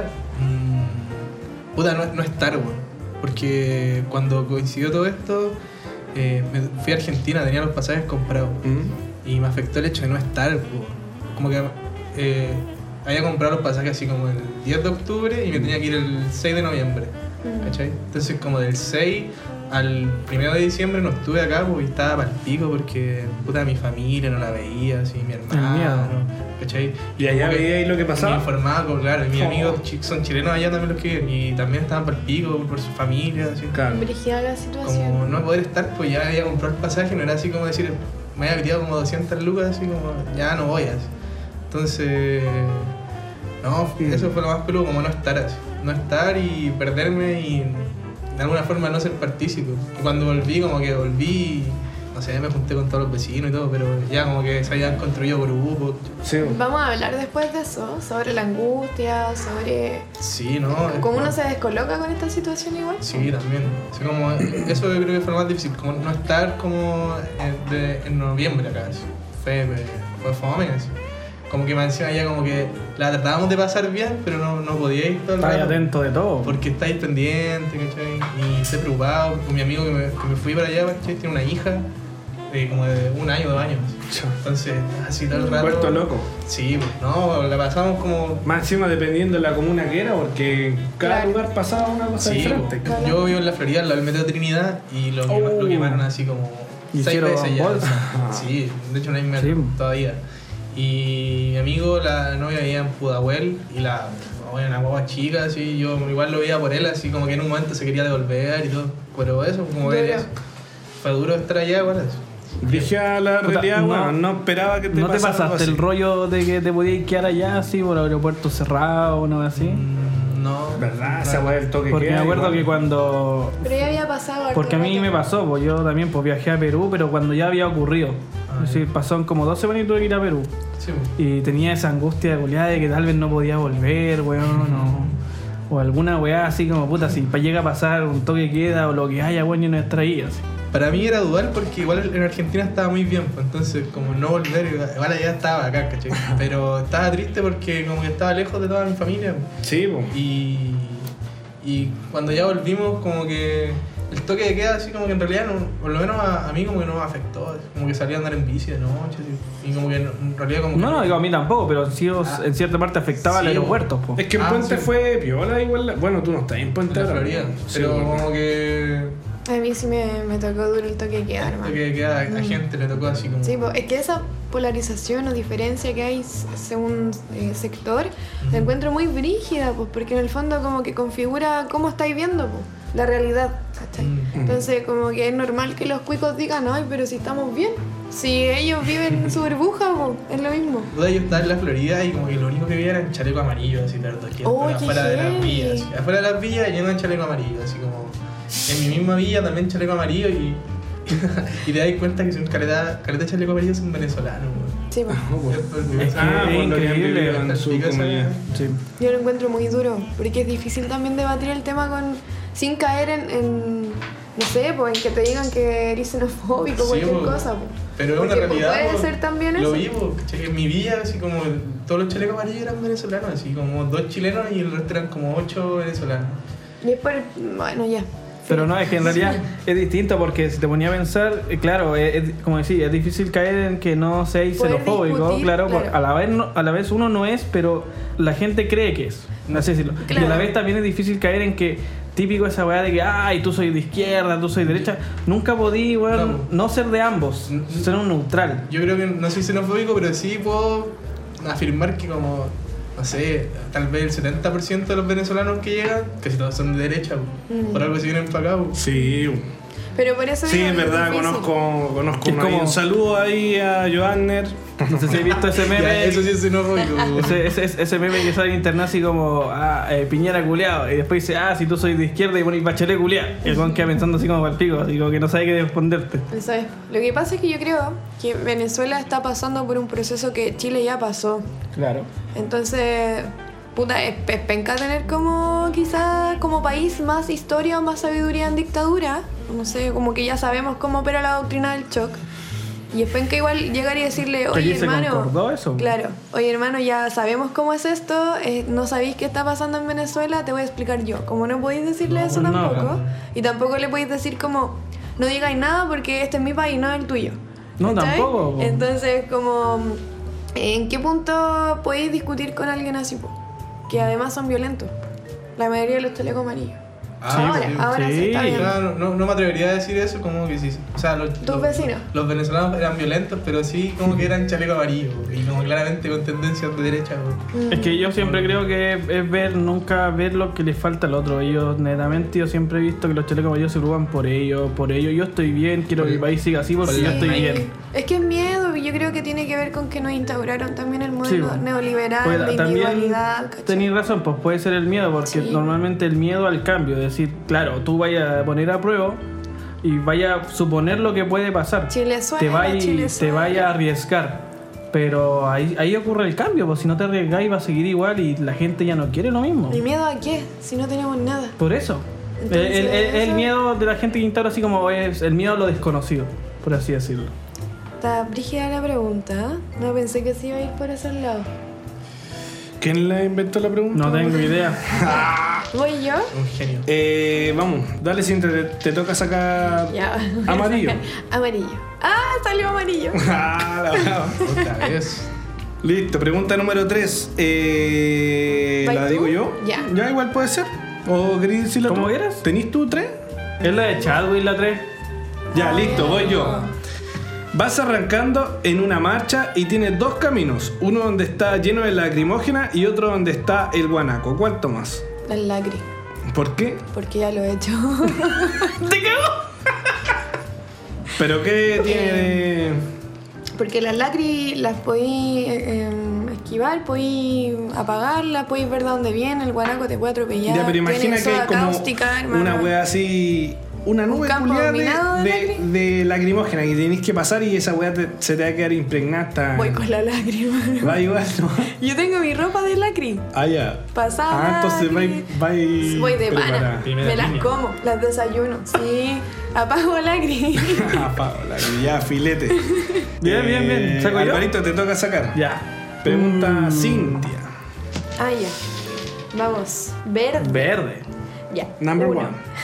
puta, no es tarde, weón. Porque cuando coincidió todo esto, me fui a Argentina, tenía los pasajes comprados. Mm. Y me afectó el hecho de no estar, po. Como que había comprado los pasajes así como el 10 de octubre y me tenía que ir el 6 de noviembre. ¿Cachai? Entonces como del 6 al 1 de diciembre no estuve acá porque estaba pa'l pico porque puta mi familia no la veía, así mi hermano, miedo. ¿cachai? ¿Y allá como que veíais lo que pasaba? Me informaba, pues, claro, y mis Oh. amigos son chilenos allá también los que viven y también estaban pa'l pico por su familia, así. Claro. Brígida la situación. Como no poder estar, pues ya había comprado el pasaje, no era así como decir, me había metido como 200 lucas, así como, ya no voy, así. Entonces, no, eso fue lo más peludo, como no estar así. No estar y perderme y de alguna forma no ser partícipe. Y cuando volví, como que volví, no sé, me junté con todos los vecinos y todo, pero ya como que se habían construido grupos. Sí. Vamos a hablar después de eso, sobre la angustia, sobre Sí, ¿no? cómo uno se descoloca con esta situación igual. Sí, también. Así como, eso yo creo que fue lo más difícil, como no estar como en noviembre acá. Así. Fue fome, así. Como que me encima ya como que la tratábamos de pasar bien, pero no podía ir todo el Estás rato. atento de todo. Porque estáis pendiente, ¿cachai? Y estoy preocupado. Con mi amigo que me fui para allá, ¿cachai? Tiene una hija como de 1 año, 2 años. Entonces, así todo el rato. Puerto loco. Sí, pues no, la pasamos como. Más encima dependiendo de la comuna que era, porque cada Claro. lugar pasaba una cosa Sí, diferente. pues, yo vivo en la Florida, al lado del Metro Trinidad, y lo quemaron así como. ¿Y 6 hicieron veces ya. bolsa? Sí, de hecho no hay Sí. metro todavía. Y mi amigo, la novia vivía en Pudahuel, y una guagua chica, así, yo igual lo veía por él, así como que en un momento se quería devolver y todo. Pero eso, como ver Duro. eso. Fue duro estar allá, igual eso. Dije a la Puta, realidad, no- bueno, no esperaba que te ¿No te pasara algo pasaste así. el rollo de que te podías quedar allá así por aeropuerto cerrado o nada así? No. ¿Verdad? Esa weá del toque Porque queda me acuerdo igual. que cuando... Pero ya había pasado harto Porque a mí rato. me pasó, pues yo también pues viajé a Perú, pero cuando ya había ocurrido. Ah, Es decir, pasaron como 2 semanas y tuve que ir a Perú. Sí, Y tenía esa angustia de culiada de que tal vez no podía volver, weón, o alguna weá así como puta, si llega a pasar un toque queda o lo que haya, weón, y no estar ahí, así. para mí era dudar porque igual en Argentina estaba muy bien, pues, entonces como no volver, igual allá estaba acá, ¿cachai? Pero estaba triste porque como que estaba lejos de toda mi familia. Sí, po. Y cuando ya volvimos, como que el toque de queda, así como que en realidad, por lo menos a mí como que no me afectó. Así, como que salí a andar en bici de noche, así, y como que en realidad como que... No, digo, a mí tampoco, pero sí en cierta parte afectaba Sí, al aeropuerto, po. Es que en Ah, Puente sí. fue piola igual. Bueno, tú no estás en Puente en la ahora. Florida. Sí, Pero bueno. como que... A mí sí me tocó duro el toque de queda, El hermano. toque de queda a gente le tocó así como... Sí, pues, es que esa polarización o diferencia que hay según sector la encuentro muy brígida, pues, porque en el fondo como que configura cómo estáis viendo pues, la realidad, ¿cachai? Entonces como que es normal que los cuicos digan, ay, pero si estamos bien, si ellos viven en su burbuja, pues, es lo mismo. Puta, yo estaba en la Florida y como que lo único que veía eran chaleco amarillo, así, pero Oh, qué afuera de las heavy. villas. Así. Afuera de las villas lleno de chaleco amarillo, así como... En mi misma villa también chaleco amarillo y... y te das cuenta que son caleta de chaleco amarillo son venezolanos, weón. Sí, pues. Es que Ah, es por lo que han increíble. vivido en su comunidad. Sí. Yo lo encuentro muy duro, porque es difícil también debatir el tema sin caer en no sé, pues en que te digan que eres xenofóbico o Sí, cualquier pues. cosa. Pues. Pero es una Porque, realidad. puede pues, ser también lo eso. vivo, ¿cachai? En mi villa, así como todos los chalecos amarillos eran venezolanos, así como 2 chilenos y el resto eran como 8 venezolanos. Y es por, bueno, ya. Pero no, es que en realidad es distinto porque si te ponía a pensar, claro, como decía, es difícil caer en que no seáis Poder xenofóbico, discutir, claro, claro. A la vez uno no es, pero la gente cree que es, no sé decirlo. Y a la Claro. vez también es difícil caer en que, típico esa weá de que, ay, tú soy de izquierda, tú soy de derecha, nunca podí, weón, no ser de ambos, ser un neutral. Yo creo que no soy xenofóbico, pero sí puedo afirmar que como, no sé, tal vez el 70% de los venezolanos que llegan, casi todos son de derecha, por algo se vienen para acá. Sí, Pero por eso sí, digo en que es verdad difícil. conozco Es uno. como- Un saludo ahí a Joanner. No sé si has visto ese meme. Ya, eso sí es xenofóbico. Ese meme que sale en internet así como Piñera culiao, y después dice, si tú soy de izquierda y pones Bachelet culiao. Y el weón queda pensando así como al pico, así como que no sabe qué responderte. Eso es. Lo que pasa es que yo creo que Venezuela está pasando por un proceso que Chile ya pasó. Claro. Entonces, puta, es penca tener como quizás como país más historia o más sabiduría en dictadura. No sé, como que ya sabemos cómo opera la doctrina del shock. Y es penca igual llegar y decirle, oye, ¿Allí se hermano. concordó eso? Claro, oye, hermano, ya sabemos cómo es esto, no sabéis qué está pasando en Venezuela, te voy a explicar yo. Como no podéis decirle eso no, tampoco, no. y tampoco le podéis decir como, no digáis nada porque este es mi país, no es el tuyo. No, ¿Cachai? tampoco, po. Entonces, como, ¿en qué punto podéis discutir con alguien así, po? Que además son violentos? La mayoría de los chalecos amarillos. Ahora sí. se está bien. Claro, no me atrevería a decir eso, como que sí. O sea, ¿Tus vecinos? Los venezolanos eran violentos, pero sí como que eran chaleco amarillo y como claramente con tendencias de derecha. Es que yo siempre creo que es nunca ver lo que les falta al otro. Ellos, netamente, yo siempre he visto que los chalecos amarillos se preocupan por ellos. Yo estoy bien, quiero que mi país siga así porque yo estoy bien. Es que es miedo, y yo creo que tiene que ver con que nos instauraron también el modelo Sí, neoliberal, pues, de también individualidad. ¿cachai? tenéis razón, pues puede ser el miedo, porque Sí. normalmente el miedo al cambio, es decir, claro, tú vayas a poner a prueba y vayas a suponer lo que puede pasar. Chile suena, te Chile vayas a arriesgar. Pero ahí ocurre el cambio, pues si no te arriesgáis va a seguir igual y la gente ya no quiere lo mismo. ¿Y miedo a qué? Si no tenemos nada. Por eso. Entonces, El eso- miedo de la gente que instaura así como es el miedo a lo desconocido, por así decirlo. Está brígida la pregunta, ¿eh? No pensé que se iba a ir por ese lado. ¿Quién la inventó la pregunta? No tengo idea. ¿Voy yo? Un genio. Vamos, dale, Cintia, te toca sacar Ya. amarillo. Amarillo. Salió amarillo. La brava. Otra vez. Listo, pregunta número 3. ¿Vas ¿La tú? digo yo? Ya. Igual puede ser. ¿O querés decirlo Como tú? quieras. ¿Tenís tú 3? Es la de Chadwick la 3. Ya, listo, voy yo. Vas arrancando en una marcha y tienes dos caminos. Uno donde está lleno de lacrimógena y otro donde está el guanaco. ¿Cuál tomas? Las lacri. ¿Por qué? Porque ya lo he hecho. ¿Pero qué tiene de...? Porque las lacri las podéis esquivar, podéis apagarlas, podéis ver de dónde viene, el guanaco te puede atropellar. Ya, pero imagina tiene que hay soda como cáustica, hermano. una wea así... Una nube campo culiada minado de de lacrimógena que tenés que pasar y esa wea se te va a quedar impregnada hasta... Voy con la lágrima. Va igual, ¿no? Yo tengo mi ropa de lacri. Ya. Pasada. Entonces Voy de preparada. pana. Primera Me las línea. como, las desayuno. Sí. Apago lacri. Paola, ya, filete. Bien. ¿Saco yo? Alvarito, te toca sacar. Ya. Pregunta Cintia. Ya. Vamos. Verde. Verde. Ya. Number Uno. one.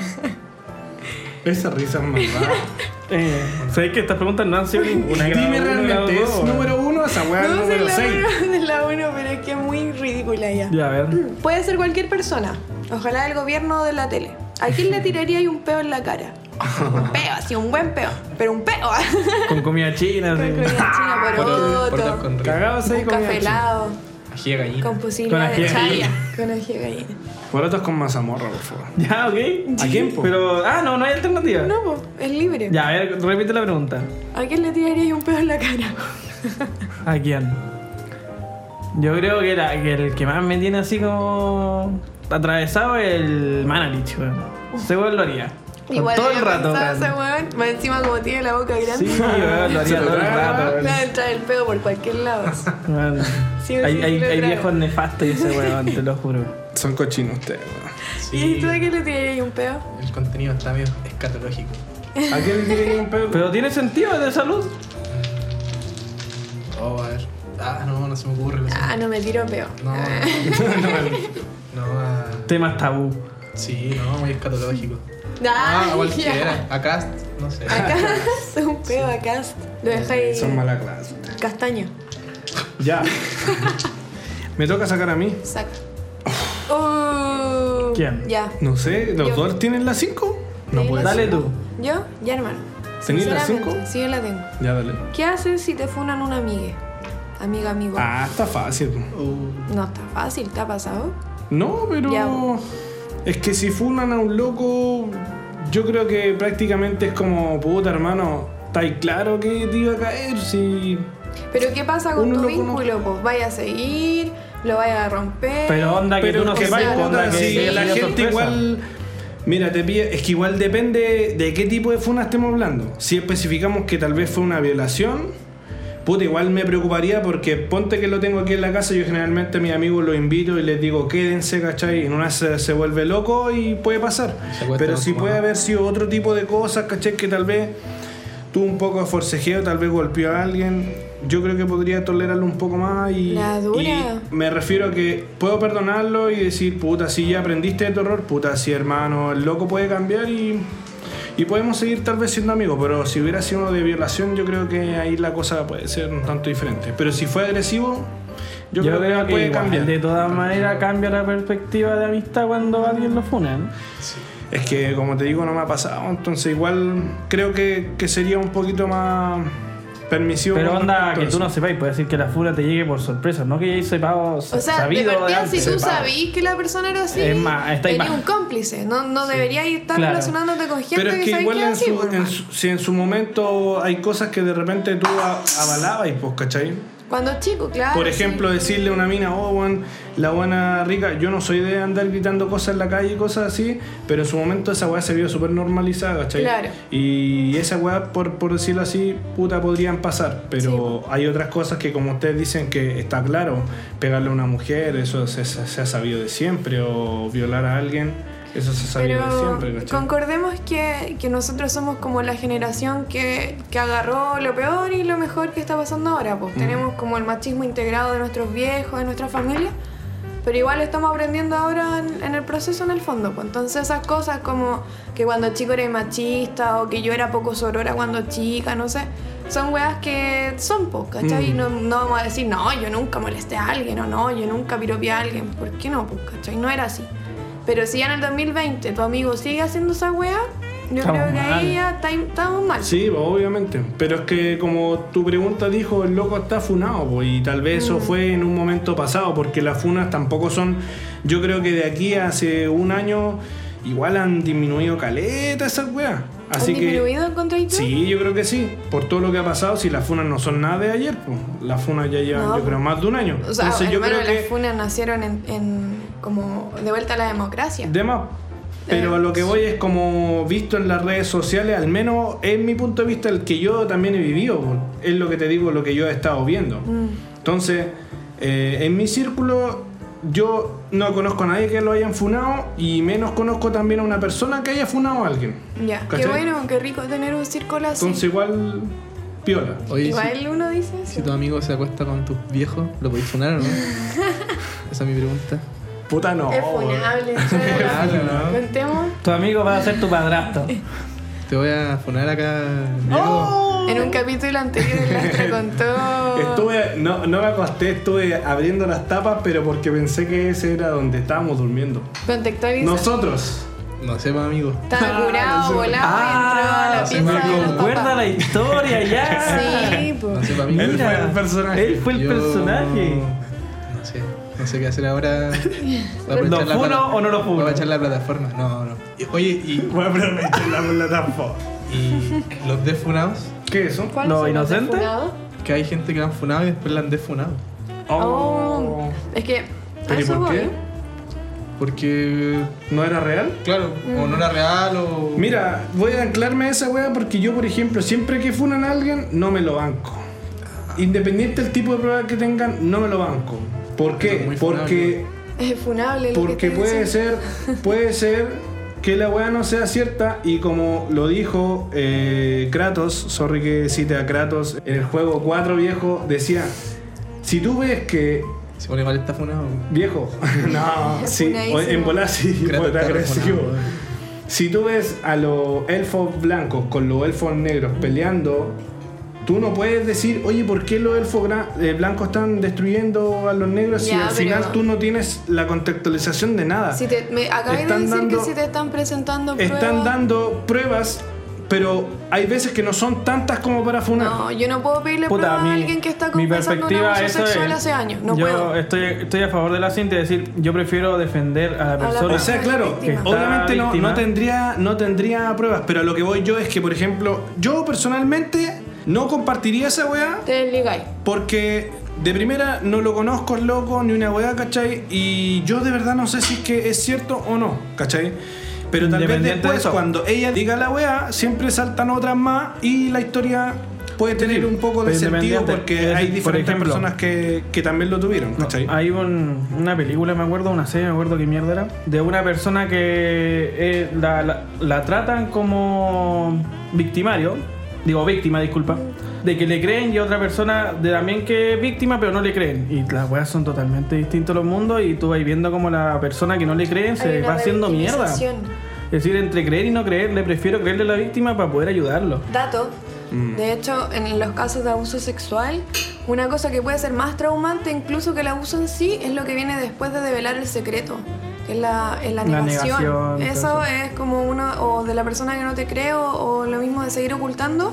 Esa risa es malvada. ¿Sabes que estas preguntas no han sido ninguna? Dime realmente, ¿es número 1 esa weá No sé número la 6? uno, de la uno, pero es que es muy ridícula ya. Ya, a ver. Puede ser cualquier persona. Ojalá del gobierno o de la tele. ¿A quién le tiraría ahí un peo en la cara? Un peo, así, un buen peo. Pero un peo. Con comida china, Con así. comida china, Porotos poroto. con río. Cagados ahí Un con café helado. Ají de gallina. Con posibilidad Con ají de de chaya. gallina. Con ají de gallina. Porotos con mazamorra, por favor. Ya, ok. ¿A quién, po? Pero, no hay alternativa. No, pues, es libre. Ya, a ver, repite la pregunta. ¿A quién le tiraría ahí un peo en la cara? ¿A quién? Yo creo que el que más me tiene así como atravesado es el Manalich, weón. Ese weón lo haría. Igual todo el había rato, pensado ese weón. weón. Más encima como tiene la boca grande. Sí, weón, lo haría todo el rato, Le weón. va a entrar el peo por cualquier lado. Weón. Sí, Hay sí, lo trae. viejos nefastos y ese weón, te lo juro. Son cochinos ustedes, weón. ¿Y tú a quién le tirarías ahí un peo? El contenido está medio escatológico. ¿A quién le tiraría un pedo? Pero tiene sentido de salud. A ver. No se me ocurre. Lo siento. No me tiro peo. No, Temas tabú. sí, muy escatológico. Ay, Cualquiera. ya. Acá, no sé. Acá es un peo, acá. Lo dejáis Son mala clase. castaño. Ya. Me toca sacar a mí. Saca. ¿Quién? Ya. No sé, ¿los Yo. dos tienen la 5? No Sí, puede la Dale ser. tú. ¿Yo? Ya, hermano. ¿Tenís la Sinceramente, 5? Sí, yo la tengo. Ya, dale. ¿Qué haces si te funan una amiga? Amigo. Está fácil. No está fácil, ¿te ha pasado? No, pero... Ya. Es que si funan a un loco, yo creo que prácticamente es como, puta hermano, ¿estáis claro que te iba a caer? Si Pero ¿qué pasa con Uno tu lo vínculo? Pues vaya a seguir, lo vaya a romper. Pero onda que Pero tú no que sepas, puta, onda que si que la haya gente sorpresa. igual. Mira, te pilla, es que igual depende de qué tipo de funa estemos hablando. Si especificamos que tal vez fue una violación, puta, igual me preocuparía porque ponte que lo tengo aquí en la casa, yo generalmente a mis amigos los invito y les digo quédense, ¿cachai? En una se vuelve loco y puede pasar. Se acuesta Pero con si tu puede mamá. haber sido otro tipo de cosas, ¿cachai? Que tal vez tuvo un poco de forcejeo, tal vez golpeó a alguien. Yo creo que podría tolerarlo un poco más y, La dura. y me refiero a que puedo perdonarlo y decir, puta, si ya aprendiste de tu error, puta, si hermano, el loco puede cambiar y podemos seguir tal vez siendo amigos, pero si hubiera sido uno de violación, yo creo que ahí la cosa puede ser un tanto diferente. Pero si fue agresivo, yo creo que puede igual, cambiar. de todas maneras cambia la perspectiva de amistad cuando alguien lo funa, ¿no? Es que, como te digo, no me ha pasado, entonces igual creo que sería un poquito más permisivo. Pero con onda respecto a que tú eso. no sepáis, puede decir que la funa te llegue por sorpresa, no que ya hayáis sepado, O sea, de sabido partida, antes. si tú Sepado. sabís que la persona era así, Es más, está ahí eres más. un cómplice. No deberías estar Claro. relacionándote con gente Pero es que sabes igual que es así, pues, hermano. si en su momento hay cosas que de repente tú avalabas, pues, ¿cachai? Cuando chico, claro. Por sí. ejemplo, decirle a una mina, oh, weón, la buena rica, yo no soy de andar gritando cosas en la calle y cosas así, pero en su momento esa weá se vio súper normalizada, ¿cachai? Claro. Y esa weá, por decirlo así, puta, podrían pasar, pero hay otras cosas que, como ustedes dicen, que está claro, pegarle a una mujer, eso se ha sabido de siempre, o violar a alguien, eso se ha sabido de siempre, Pero ¿cachai? concordemos que nosotros somos como la generación que agarró lo peor y lo mejor que está pasando ahora. Pues tenemos como el machismo integrado de nuestros viejos, de nuestra familia, pero igual estamos aprendiendo ahora en el proceso en el fondo. Pues entonces esas cosas como que cuando chico era machista o que yo era poco sorora cuando chica, no sé, son weas que son, pues, ¿cachai? No vamos a decir, no, yo nunca molesté a alguien o no, yo nunca piropeé a alguien. ¿Por qué no, pues, cachai? No era así. Pero si ya en el 2020 tu amigo sigue haciendo esa wea, yo Estamos creo que mal. ahí ya estamos mal. Sí, pues, obviamente. Pero es que como tu pregunta dijo, el loco está funado, pues, y tal vez eso fue en un momento pasado, porque las funas tampoco son. Yo creo que de aquí a hace un año igual han disminuido caleta esas weas. Así ¿Han que. disminuido en contra de tú? Sí, yo creo que sí. Por todo lo que ha pasado, si las funas no son nada de ayer, pues las funas ya llevan, No, yo creo, más de un año. O sea, Entonces yo hermano, creo las que. funas nacieron en como de vuelta a la democracia. De más. Pero a lo que voy es como visto en las redes sociales, al menos en mi punto de vista, el que yo también he vivido, es lo que te digo, lo que yo he estado viendo. Entonces, en mi círculo, yo no conozco a nadie que lo hayan funado y menos conozco también a una persona que haya funado a alguien. Ya, qué ¿Cachai? bueno, qué rico tener un círculo así. Entonces, igual, piola. Oye, Igual uno dice si eso. tu amigo se acuesta con tus viejos, ¿lo podéis funar o no? Esa es mi pregunta. Puta, no. Es funable. funable, ¿no? Contemos. Tu amigo va a ser tu padrastro. Te voy a funar acá, Diego. En un capítulo anterior el Lastra contó. No me acosté, estuve abriendo las tapas, pero porque pensé que ese era donde estábamos durmiendo. Contextualiza. Nosotros. No sé, pues, amigo. Estaba curado, volado y entró a la se pieza me de los Recuerda papás. la historia ya. Sí, No pues. sé, pues, amigo. Él fue el personaje. Él fue el Yo- personaje. No sé qué hacer ahora. Voy a ¿Lo aprovechar la funo plata- o no lo funo? Voy a echar la plataforma. No. Oye, Voy a aprovechar la tapa. y los desfunados, ¿Qué es eso? ¿Cuáles ¿Lo son los inocente? defunados? que hay gente que la han funado y después la han desfunado. Oh. Es que. ¿Pero y eso por voy. qué? Porque, ¿No era real? claro, o no era real o. Mira, voy a anclarme a esa wea porque yo, por ejemplo, siempre que funan a alguien, no me lo banco. Independiente del tipo de prueba que tengan, no me lo banco. ¿Por Eso qué? es muy Porque, Es funable. lo porque que estoy puede ser que la wea no sea cierta y como lo dijo Kratos, sorry que cite a Kratos, en el juego 4 viejo, decía, si tú ves que Se pone mal está funado. viejo, no, sí, Funadísimo. en volar sí, Kratos fue está agresivo. refunado. Si tú ves a los elfos blancos con los elfos negros peleando, tú no puedes decir, oye, ¿por qué los elfos blancos están destruyendo a los negros si Ya, al pero- final tú no tienes la contextualización de nada? Acabas de Están decir dando- que si te están presentando pruebas. Están dando pruebas, pero hay veces que no son tantas como para funar. No, yo no puedo pedirle Puta, pruebas a alguien que está mi confesando un perspectiva abuso eso sexual es, hace años. No yo puedo. estoy a favor de la cinta y decir, yo prefiero defender a la la persona. O sea, claro, que está obviamente víctima. no tendría pruebas, pero a lo que voy yo es que, por ejemplo, yo personalmente no compartiría esa weá Te desligáis. porque de primera no lo conozco el loco ni una weá, ¿cachai? Y yo de verdad no sé si es que es cierto o no, ¿cachai? Pero tal vez Independiente de después eso. cuando ella diga la weá siempre saltan otras más y la historia puede tener un poco de pero sentido independiente. porque Es decir, hay por diferentes ejemplo, personas que también lo tuvieron, ¿cachai? Hay una película, me acuerdo, una serie, me acuerdo qué mierda era, de una persona que la tratan como victimario, víctima, disculpa, de que le creen y otra persona de también que es víctima pero no le creen. Y las weas son totalmente distintos los mundos y tú vas viendo como la persona que no le creen Hay se una va haciendo mierda. revictimización. Es decir, entre creer y no creer, le prefiero creerle a la víctima para poder ayudarlo. Dato. De hecho, en los casos de abuso sexual, una cosa que puede ser más traumante incluso que el abuso en sí es lo que viene después de develar el secreto, que es la negación. negación, Eso todo es como uno, o de la persona que no te cree, o lo mismo de seguir ocultando,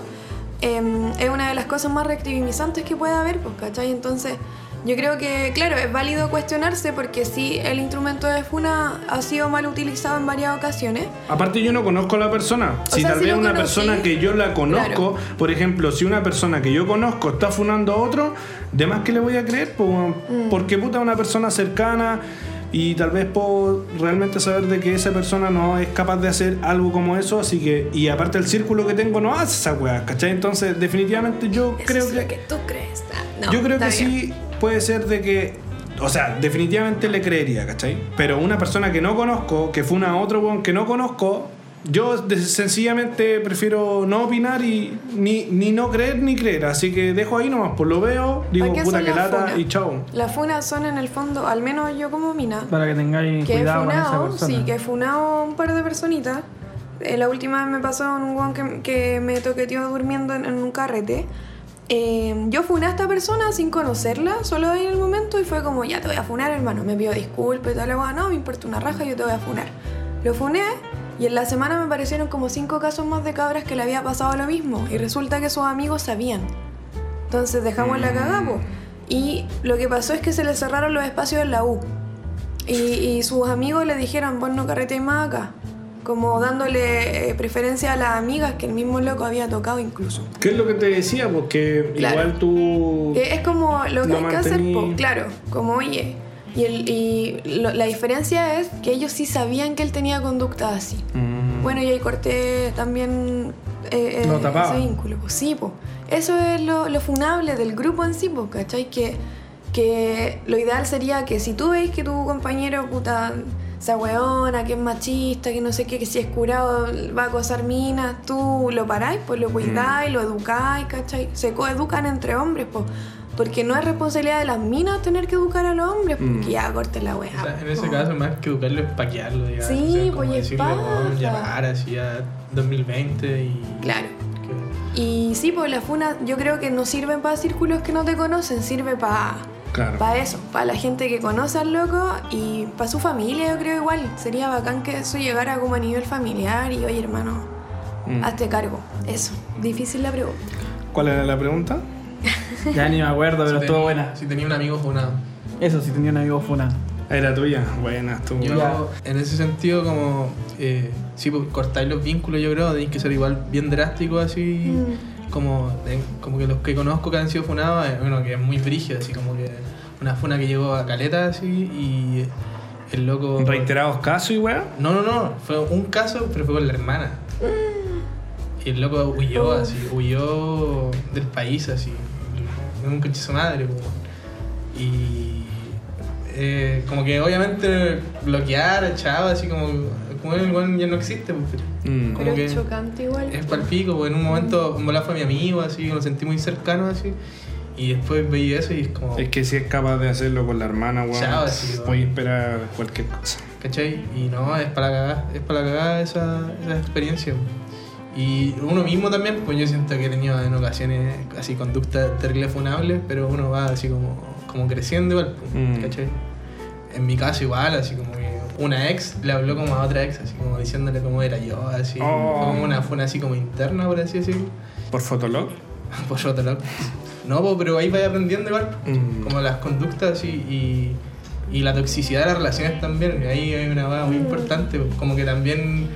es una de las cosas más revictimizantes que puede haber, pues, ¿cachai? Entonces, yo creo que, claro, es válido cuestionarse porque sí, el instrumento de funa ha sido mal utilizado en varias ocasiones. Aparte yo no conozco a la persona. Si sea, tal si vez lo una conocí, persona que yo la conozco, claro. por ejemplo, si una persona que yo conozco está funando a otro, de más que le voy a creer, pues, porque puta una persona cercana y tal vez puedo realmente saber de que esa persona no es capaz de hacer algo como eso, así que, y aparte el círculo que tengo no hace esa weá, ¿cachai? Entonces definitivamente yo Eso creo es que... lo que tú crees. No, yo creo que está bien. sí puede ser de que, o sea, definitivamente le creería, ¿cachai? Pero una persona que no conozco, que funa a otro weón que no conozco, yo sencillamente prefiero no opinar y ni no creer ni creer. Así que dejo ahí nomás, pues lo veo, digo ¿Para qué puta son que las lata funas? y chao. Las funas son en el fondo, al menos yo como mina, Para que tengáis que he cuidado con esa funado, persona. sí, que he funado un par de personitas. La última vez me pasó en un guan que me toqueteó durmiendo en un carrete. Yo funé a esta persona sin conocerla, solo ahí en el momento, y fue como, ya te voy a funar, hermano. Me pidió disculpas y tal, no, me importa una raja, yo te voy a funar. Lo funé y en la semana me aparecieron como 5 casos más de cabras que le había pasado lo mismo, y resulta que sus amigos sabían. Entonces dejamos la cagada, po. Y lo que pasó es que se le cerraron los espacios en la U. Y sus amigos le dijeron, vos no carretees más acá. Como dándole preferencia a las amigas que el mismo loco había tocado incluso. ¿Qué es lo que te decía? Porque Claro. igual tú... Que es como lo que Lo hay que hacer, mantení- po, claro, como oye. La diferencia es que ellos sí sabían que él tenía conducta así. Bueno, y ahí corté también Lo tapaba. ese vínculo. Pues sí, pues. Eso es lo funable del grupo en sí, pues, ¿cachai? Que lo ideal sería que si tú veis que tu compañero, puta, esa weona, que es machista, que no sé qué, que si es curado va a acosar minas, tú lo paráis, pues lo cuidáis, lo educáis, ¿cachai? Se coeducan entre hombres, pues. Porque no es responsabilidad de las minas tener que educar a los hombres, porque ya corten la weá. O sea, en ese po. caso, más que educarlo es paquearlo, digamos. Sí, O sea, pues, como y es decirle, "Oh, paja". llamar así a 2020 y... Claro. que- Y sí, pues las funas yo creo que no sirven para círculos que no te conocen, sirve para Claro. eso, para la gente que conoce al loco y para su familia, yo creo igual. Sería bacán que eso llegara como a nivel familiar y oye hermano, hazte cargo. Eso, difícil la pregunta. ¿Cuál era la pregunta? Ya ni me acuerdo, pero si estuvo tenía- buena. Si tenía un amigo funado. Eso, si tenía un amigo funado. Era tuya. Buena, estuvo. Yo, Ya. en ese sentido, como... sí, pues cortáis los vínculos, yo creo, tenéis que ser igual bien drástico, así... Como que los que conozco que han sido funados, bueno, que es muy brígido, así como que... Una funa que llegó a Caleta, así, y... El loco... ¿Reiterados casos y weá? No, fue un caso, pero fue con la hermana. Y el loco huyó, así, huyó del país, así. En un coche su madre, po. Y como que obviamente bloquear, chavo, así como el weón ya no existe, pues. Como Pero que es chocante igual. es palpico, pues en un momento en bola fue mi amigo, así, lo sentí muy cercano, así. Y después veía eso y es como, Es que si es capaz de hacerlo con la hermana, weón, Chao, sí, weón. voy a esperar cualquier cosa. ¿cachai? Y no, es para la cagada esa experiencia. Y uno mismo también, pues yo siento que he tenido en ocasiones así conductas terribles funables, pero uno va así como creciendo igual, pues, ¿cachai? En mi caso igual, así como que una ex le habló como a otra ex, así como diciéndole cómo era yo, así, Oh. fue como una funa así como interna, por así decirlo. ¿Por Fotolog? Pues yo te lo... No, pues, pero ahí vais aprendiendo igual, como las conductas y la toxicidad de las relaciones también. Y ahí hay una cosa muy importante, como que también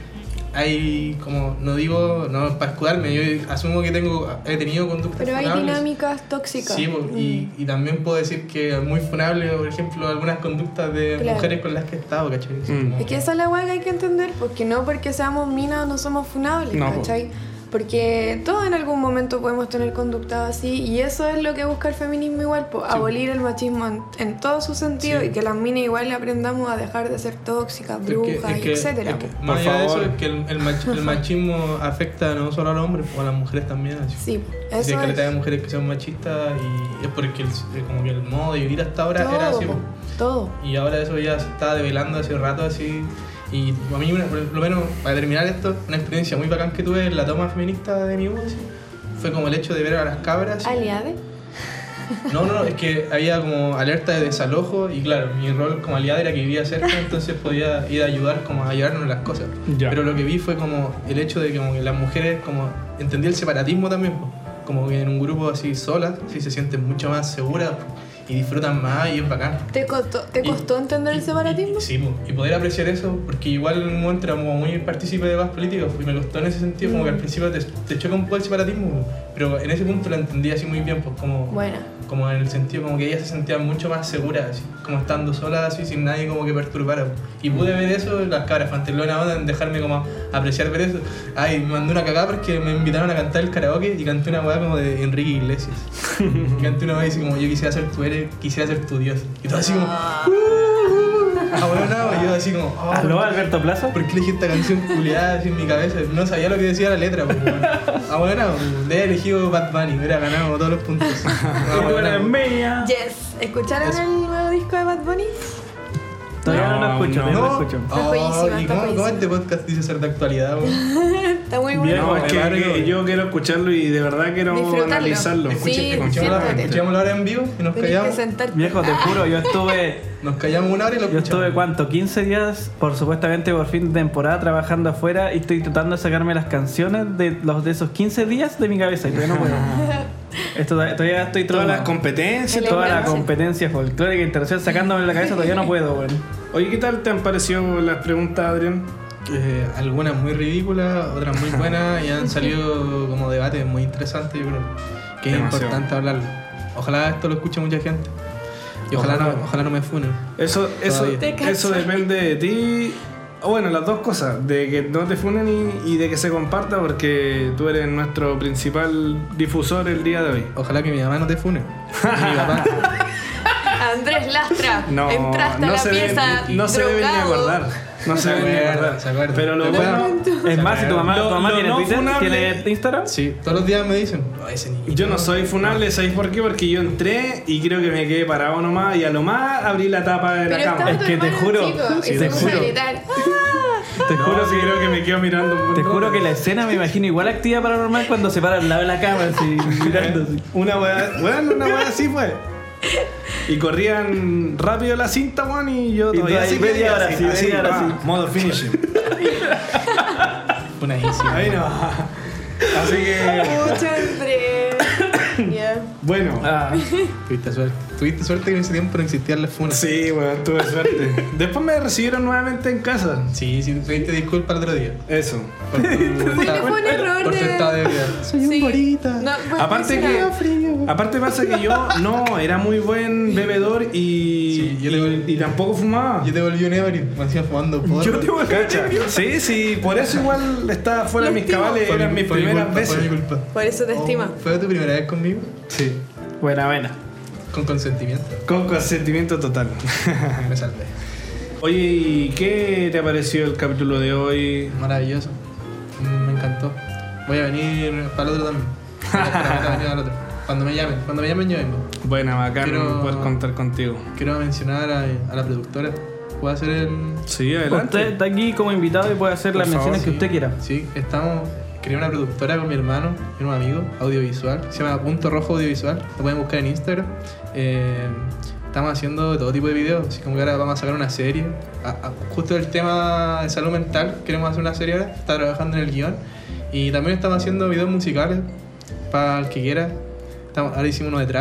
hay como, no digo, no para escudarme, yo asumo que he tenido conductas Pero hay funables. dinámicas tóxicas. Sí, y también puedo decir que es muy funable, por ejemplo, algunas conductas de Claro. mujeres con las que he estado, ¿cachai? Así como- Es que esa es la hueá que hay que entender, porque no porque seamos minas no somos funables, No, ¿cachai? Porque todos en algún momento podemos tener conductas así, y eso es lo que busca el feminismo igual, pues, abolir el machismo en todo su sentido, Sí. y que las minas igual aprendamos a dejar de ser tóxicas, brujas, etcétera. es que, pues. más allá de eso, favor. es que el machismo afecta no solo a los hombres, o a las mujeres también. Así. Sí, Si eso hay caleta de es mujeres que son machistas y es porque como que el modo de vivir hasta ahora era todo, así. po, po. todo. Y ahora eso ya se está develando hace rato así. Y a mí, por lo menos, para terminar esto, una experiencia muy bacán que tuve en la toma feminista de mi U, así, fue como el hecho de ver a las cabras. así. Aliade. No, es que había como alerta de desalojo y claro, mi rol como aliada era que vivía cerca, entonces podía ir a ayudar como a llevarnos las cosas. Ya. Pero lo que vi fue como el hecho de que como que las mujeres como entendí el separatismo también, po. Como que en un grupo así solas, sí se sienten mucho más seguras y disfrutan más y es bacán. ¿Te costó entender el separatismo? Sí, po, y poder apreciar eso, porque igual en un momento era como muy partícipe de más políticos y me costó en ese sentido, como que al principio te choca un poco el separatismo, po, pero en ese punto lo entendí así muy bien, pues como en el sentido como que ellas se sentían mucho más seguras, así, como estando solas, así, sin nadie como que perturbara. Y pude ver eso, las cabras fantelonas onda en dejarme como apreciar ver eso. Ay, me mandé una cagada porque me invitaron a cantar el karaoke y canté una weá como de Enrique Iglesias. Y canté una weá así como yo quisiera ser tu héroe, quisiera ser tu Dios. Y todo así como... bueno, yo así como... oh, ¿Aló, Alberto Plaza? ¿Por qué elegí esta canción culiada así en mi cabeza? No sabía lo que decía la letra. Pues, bueno, le he elegido Bad Bunny, hubiera ganado todos los puntos. Tú eres mía. Yes. ¿Escucharon Eso. el nuevo disco de Bad Bunny? Todavía no lo escucho, No, no lo escucho. Está joyísima, ¿Y está cómo joyísima. este podcast dice ser de actualidad? Güey? Está muy bueno. Viejo, No, es Claro, que no. yo quiero escucharlo y de verdad quiero Disfrutarlo. analizarlo. Sí, siéntate. Escuchémoslo ahora en vivo y nos Tenés que callamos. sentarte. Viejo, te juro, Nos callamos una hora y lo yo escuchamos. estuve, ¿cuánto? 15 días, supuestamente por fin de temporada, trabajando afuera y estoy tratando de sacarme las canciones de esos 15 días de mi cabeza y todavía no puedo. Todavía estoy Todas las traumado. competencias. Toda la Elegancia. competencia folclórica internacional sacándome la cabeza todavía no puedo, weón. Oye, ¿qué tal te han parecido las preguntas, Adrián? Algunas muy ridículas, otras muy buenas y han salido como debates muy interesantes, yo creo. Que es Demasiado. importante hablarlo. Ojalá esto lo escuche mucha gente. Y ojalá no me funen. Eso Todavía. Te eso cachai. depende de ti. Bueno, las dos cosas, de que no te funen y de que se comparta, porque tú eres nuestro principal difusor el día de hoy. Ojalá que mi mamá no te fune. Ni mi papá. Andrés Lastra, No, entraste a no la se pieza deben, no se deben ni drogado. acordar. No se deben ni acordar. Se acuerdan. Pero lo Después- bueno, Es más, si tu mamá Lo tiene no Twitter, funable- tiene Instagram. Sí, todos los días me dicen, "Oh, ese niño". yo no soy funable, ¿sabéis por qué? Porque yo entré y creo que me quedé parado nomás y a lo más abrí la tapa de Pero la cama. estaba Es tu que te hermano juro, chico, sí, y te se puso a juro. gritar. Te No, juro sí, creo que me quedo mirando un Te poco. juro que la escena me imagino igual activa paranormal cuando se para al lado de la cama, así, mirando así. Una weá así fue. Y corrían rápido la cinta, weón, y yo Y todavía tú ahí así media quería, hora, así, sí, media hora, pa, sí. modo finishing. Funadísimo. Ahí no. Así que, Mucho Andrés. Ya. bueno. Ah, Tuviste suerte que en ese tiempo no existían las funas. Sí, weón, tuve suerte. Después me recibieron nuevamente en casa. Sí, pediste disculpas el otro día. Eso. Por tu estado- fue un error por tu de- estado de vida. Soy Sí. un gorita. No, pues, Aparte eso que, era- aparte pasa que yo no era muy buen bebedor y, Sí, yo te- y tampoco fumaba. Yo te volví un ebrio, me hacía fumando porro. Yo te voy a cachar. Sí, sí, por eso igual estaba fuera de mis Lástima. cabales, Fue eran mi- mis fue mi primeras culpa, veces. Fue mi culpa. Por eso te estima. ¿Fue tu primera vez conmigo? Sí, buena. Con consentimiento. con consentimiento total. Me salvé. Oye, ¿y qué te ha parecido el capítulo de hoy? Maravilloso. Me encantó. Voy a venir para el otro también. Voy a venir al otro. Cuando me llamen yo vengo. Buena, bacán Quiero- poder contar contigo. Quiero mencionar a la productora. ¿Puedo hacer el...? Sí, Usted adelante. está aquí como invitado y puede hacer Por las favor, menciones que Sí, usted quiera. Sí, creé una productora con mi hermano y un amigo, audiovisual. Se llama Punto Rojo Audiovisual. Lo pueden buscar en Instagram. Estamos haciendo todo tipo de videos. Así como que ahora vamos a sacar una serie. Justo el tema de salud mental, queremos hacer una serie ahora. Está trabajando en el guión. Y también estamos haciendo videos musicales para el que quiera. Ahora hicimos uno de trap.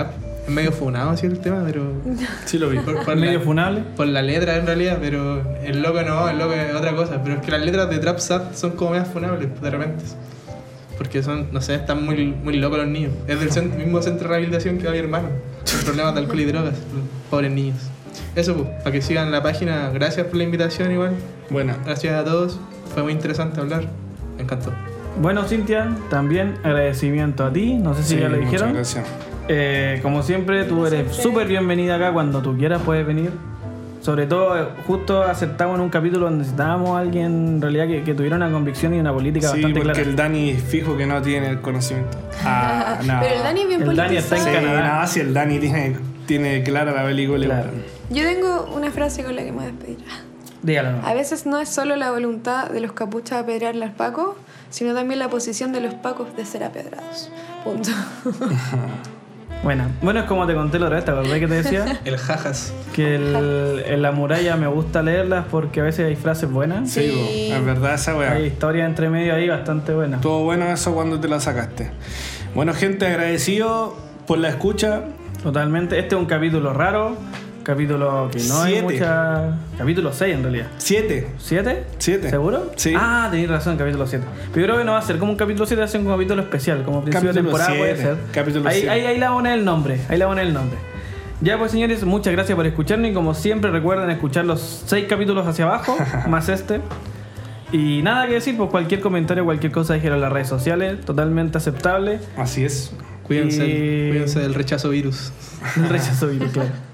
Es medio funado así el tema, pero... Sí lo vi. Por Medio la, funable. por la letra en realidad, pero el loco no, el loco es otra cosa. Pero es que las letras de Trap Sad son como más funables de repente. Porque son, no sé, están muy locos los niños. Es del mismo centro de rehabilitación que va mi hermano. Con problemas de alcohol y drogas, los pobres niños. Eso pues, para que sigan la página. Gracias por la invitación igual. Bueno. Gracias a todos. Fue muy interesante hablar. Me encantó. Bueno, Cintia, también agradecimiento a ti. No sé si ya lo muchas dijeron. gracias. Como siempre, tú eres súper bienvenida acá. Cuando tú quieras puedes venir. Sobre todo, justo aceptamos en un capítulo donde necesitábamos a alguien en realidad que tuviera una convicción y una política Sí, bastante porque clara. el Dani fijo que no tiene el conocimiento. No. Pero el Dani es bien El Dani politizado. está en Sí, Canadá. nada, si el Dani tiene clara la película. Claro. Yo tengo una frase con la que me voy a despedir. Dígalo. A veces no es solo la voluntad de los capuchas de apedrear a los pacos, sino también la posición de los pacos de ser apedrados. Punto. Bueno, es como te conté la otra vez, ¿te acordás que te decía? El jajas. Que en la muralla me gusta leerlas porque a veces hay frases buenas. Sí, Sí. es verdad esa weá. Hay historias entre medio ahí bastante buenas. Todo bueno eso cuando te la sacaste. Bueno, gente, agradecido por la escucha. Totalmente. Este es un capítulo raro. Capítulo que no hay 7. mucha... Capítulo 6 en realidad. 7. ¿7? 7. ¿Seguro? Sí. Ah, tenéis razón, capítulo 7. Pero yo creo que no va a ser como un capítulo 7, va a ser un capítulo especial, como principio de Capítulo temporada 7, puede ser. capítulo ahí, 7. ahí le vamos a poner el nombre. Ahí le vamos a poner el nombre. Ya pues señores, muchas gracias por escucharnos y como siempre recuerden escuchar los 6 capítulos hacia abajo, más este. Y nada que decir, pues cualquier comentario, cualquier cosa dijeron en las redes sociales, totalmente aceptable. Así es. Cuídense, Y- cuídense del rechazo virus. El rechazo virus, claro.